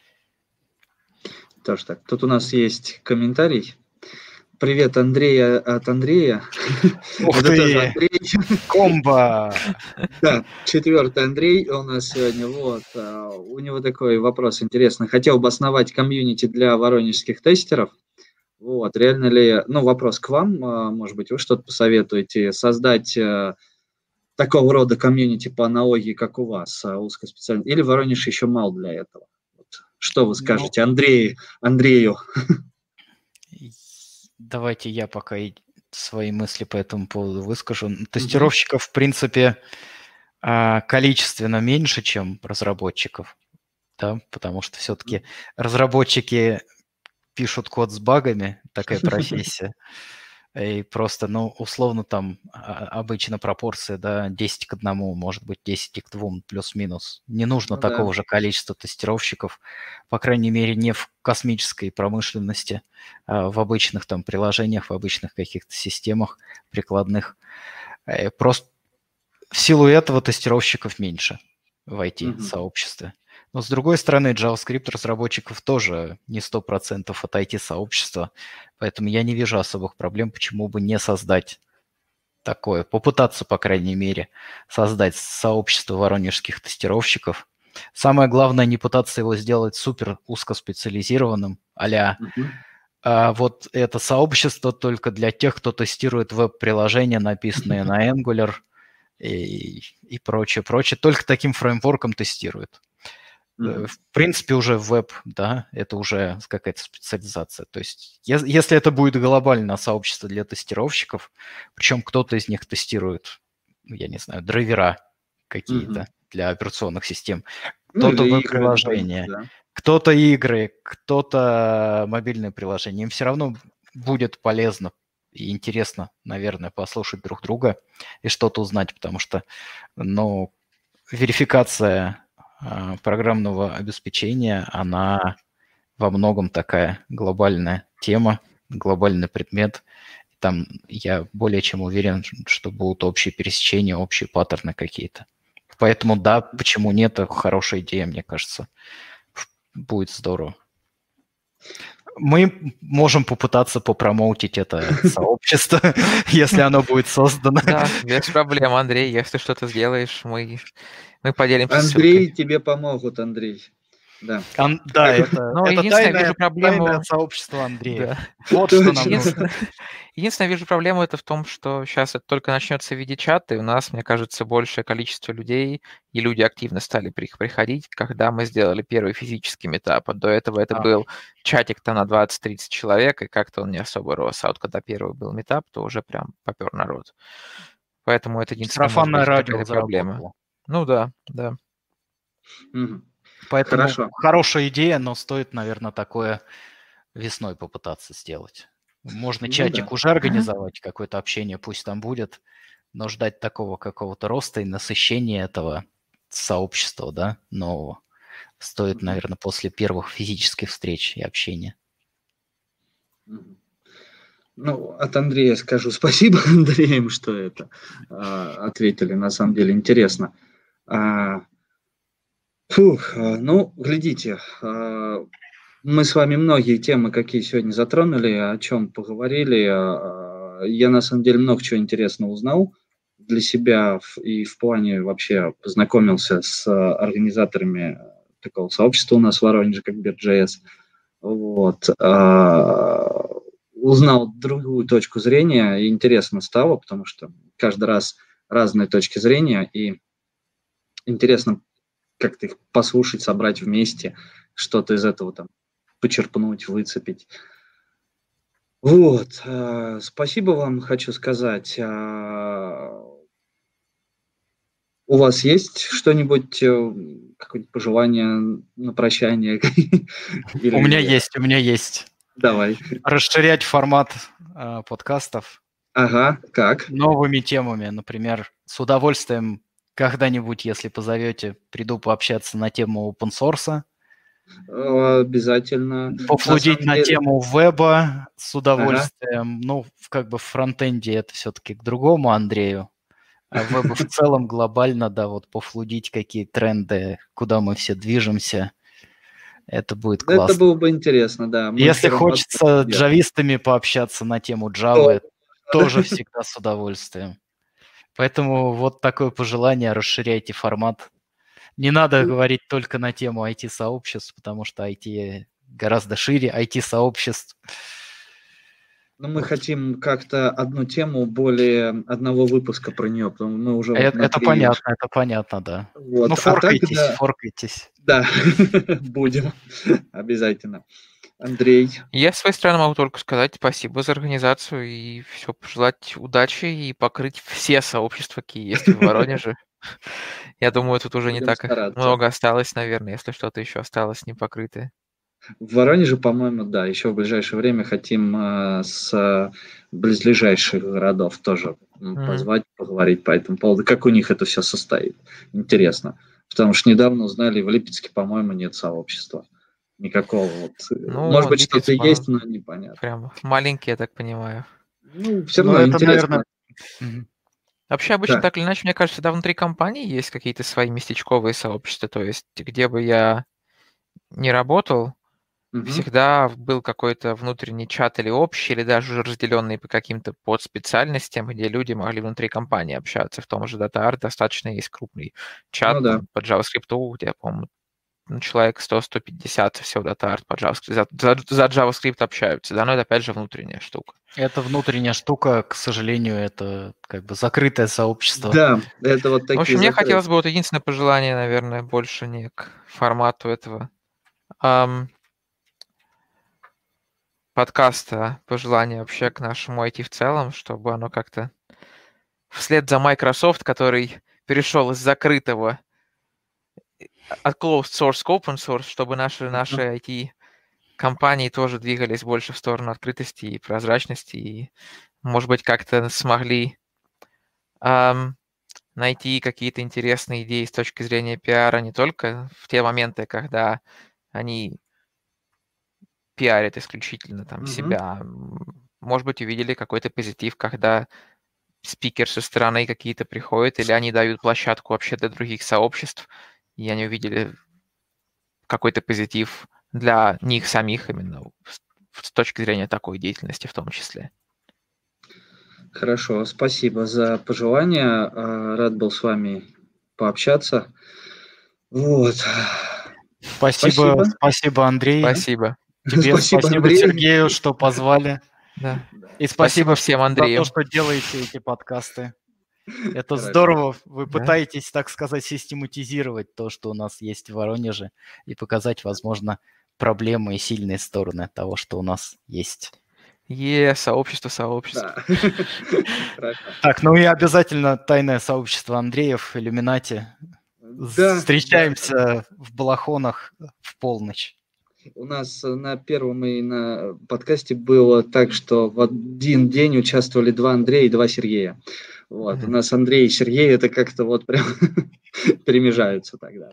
Тоже так. Тут у нас есть комментарий. Привет, Андрей от Андрея. Ух ты! Комбо! Да, 4-й Андрей у нас сегодня. Вот. У него такой вопрос интересный. Хотел бы основать комьюнити для воронежских тестеров. Вот. Реально ли, вопрос к вам, может быть, вы что-то посоветуете, создать такого рода комьюнити по аналогии, как у вас, узкоспециально, или Воронеж еще мал для этого? Вот. Что вы скажете Андрею? Давайте я пока свои мысли по этому поводу выскажу. Тестировщиков, в принципе, количественно меньше, чем разработчиков, да, потому что все-таки разработчики пишут код с багами, такая профессия, и просто, условно, там обычно пропорция, да, 10:1, может быть, 10:2, плюс-минус. Не нужно Ну да. такого же количества тестировщиков, по крайней мере, не в космической промышленности, а в обычных там приложениях, в обычных каких-то системах прикладных. Просто в силу этого тестировщиков меньше в IT-сообществе. Но, с другой стороны, JavaScript-разработчиков тоже не 100% от IT-сообщества, поэтому я не вижу особых проблем, почему бы не создать такое, попытаться, по крайней мере, создать сообщество воронежских тестировщиков. Самое главное, не пытаться его сделать супер узкоспециализированным, а-ля вот это сообщество только для тех, кто тестирует веб-приложения, написанные на Angular и прочее. Только таким фреймворком тестируют. В принципе, уже веб, да, это уже какая-то специализация. То есть, если это будет глобальное сообщество для тестировщиков, причем кто-то из них тестирует, я не знаю, драйвера какие-то для операционных систем, кто-то веб-приложения, да. Кто-то игры, кто-то мобильное приложение, им все равно будет полезно и интересно, наверное, послушать друг друга и что-то узнать, потому что, верификация программного обеспечения, она во многом такая глобальная тема, глобальный предмет. Там я более чем уверен, что будут общие пересечения, общие паттерны какие-то. Поэтому да, почему нет, это хорошая идея, мне кажется. Будет здорово. Мы можем попытаться попромоутить это сообщество, если оно будет создано. Да, без проблем, Андрей. Если что-то сделаешь, мы поделимся Андрей, тебе помогут, Андрей. Да, это тайное сообщество Андрея. Да. Вот что нам нужно. Единственное, вижу проблему это в том, что сейчас это только начнется в виде чата, и у нас, мне кажется, большее количество людей, и люди активно стали приходить, когда мы сделали первый физический митап. До этого это был чатик-то на 20-30 человек, и как-то он не особо рос. А вот когда первый был митап, то уже прям попер народ. Поэтому это единственная сарафанное радио проблема. Ну да. Поэтому хорошая идея, но стоит, наверное, такое весной попытаться сделать. Можно чатик уже организовать, какое-то общение пусть там будет, но ждать такого какого-то роста и насыщения этого сообщества, да, нового, стоит, наверное, после первых физических встреч и общения. От Андрея скажу спасибо Андреям, что это ответили, на самом деле интересно. Глядите, мы с вами многие темы, какие сегодня затронули, о чем поговорили. Я, на самом деле, много чего интересного узнал для себя и в плане вообще познакомился с организаторами такого сообщества у нас в Воронеже, как Bird.js. Узнал другую точку зрения, и интересно стало, потому что каждый раз разные точки зрения, и интересно как-то их послушать, собрать вместе, что-то из этого там почерпнуть, выцепить. Спасибо вам, хочу сказать. У вас есть что-нибудь, какое-нибудь пожелание на прощание? У меня есть. Давай. Расширять формат подкастов. Ага, как? Новыми темами, например, с удовольствием когда-нибудь, если позовете, приду пообщаться на тему open-source. Обязательно. Пофлудить на тему веба с удовольствием. В фронтенде это все-таки к другому Андрею. А вебу в целом глобально, да, пофлудить какие тренды, куда мы все движемся. Это будет классно. Это было бы интересно, да. Если хочется джавистами пообщаться на тему Java, тоже всегда с удовольствием. Поэтому такое пожелание, расширяйте формат. Не надо говорить только на тему IT-сообществ, потому что IT гораздо шире, IT-сообществ. Мы хотим как-то одну тему более одного выпуска про нее, потому что мы уже... Это понятно, да. Форкайтесь. Да, будем, обязательно. Андрей. Я с своей стороны могу только сказать спасибо за организацию и все, пожелать удачи и покрыть все сообщества, какие есть в Воронеже. Я думаю, тут уже не Будем так стараться. много осталось, наверное, если что-то еще осталось непокрытое. В Воронеже, по-моему, да, еще в ближайшее время хотим с близлежащих городов тоже позвать, поговорить по этому поводу, как у них это все состоит. Интересно. Потому что недавно узнали, в Липецке, по-моему, нет сообщества. Никакого вот. Ну, Может быть, Липецк, что-то есть, но непонятно. прям маленький, я так понимаю. Ну, все Ну, равно это, интересно. наверное... Вообще, обычно Да. так или иначе, мне кажется, да, внутри компании есть какие-то свои местечковые сообщества. То есть, где бы я не работал, Мгм. всегда был какой-то внутренний чат или общий, или даже разделенный по каким-то подспециальностям, где люди могли внутри компании общаться. В том же DataArt достаточно есть крупный чат Ну да. там, по JavaScript, где, по-моему, человек 100-150 всего DataArt по JavaScript, за JavaScript общаются, да, но это опять же внутренняя штука. Это внутренняя штука, к сожалению, это как бы закрытое сообщество. Да, это вот такие В общем, мне закрытые. хотелось бы вот единственное пожелание, наверное, больше не к формату этого подкаста, пожелание вообще к нашему IT в целом, чтобы оно как-то вслед за Microsoft, который перешел из закрытого от closed source к open source, чтобы наши IT-компании тоже двигались больше в сторону открытости и прозрачности, и, может быть, как-то смогли найти какие-то интересные идеи с точки зрения пиара не только в те моменты, когда они пиарят исключительно там себя. Может быть, увидели какой-то позитив, когда спикер со стороны какие-то приходят, или они дают площадку вообще для других сообществ, и они увидели какой-то позитив для них самих именно с точки зрения такой деятельности в том числе. Хорошо, спасибо за пожелания. Рад был с вами пообщаться. Вот. Спасибо, Андрей. Спасибо. Тебе спасибо, Андрей. Сергею, что позвали. Да. И спасибо всем за Андреям. то, что делаете эти подкасты. Это Хорошо. здорово. Вы Да. пытаетесь, так сказать, систематизировать то, что у нас есть в Воронеже, и показать, возможно, проблемы и сильные стороны того, что у нас есть. Сообщество. Да. Хорошо. Так, ну и обязательно тайное сообщество Андреев, Иллюминати. Да, Встречаемся в Балахонах в полночь. У нас на первом и на подкасте было так, что в один день участвовали 2 Андрея и 2 Сергея. Вот. У нас Андрей и Сергей это как-то вот прям перемежаются тогда.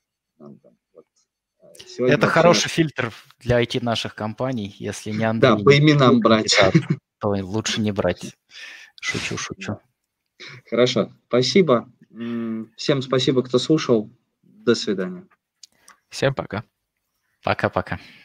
Сегодня Это вообще хороший фильтр для IT наших компаний. Если не Андрей, Да, по именам не брать. кандидат, то лучше не брать. Шучу. Хорошо, спасибо. Всем спасибо, кто слушал. До свидания. Всем пока. Пока-пока.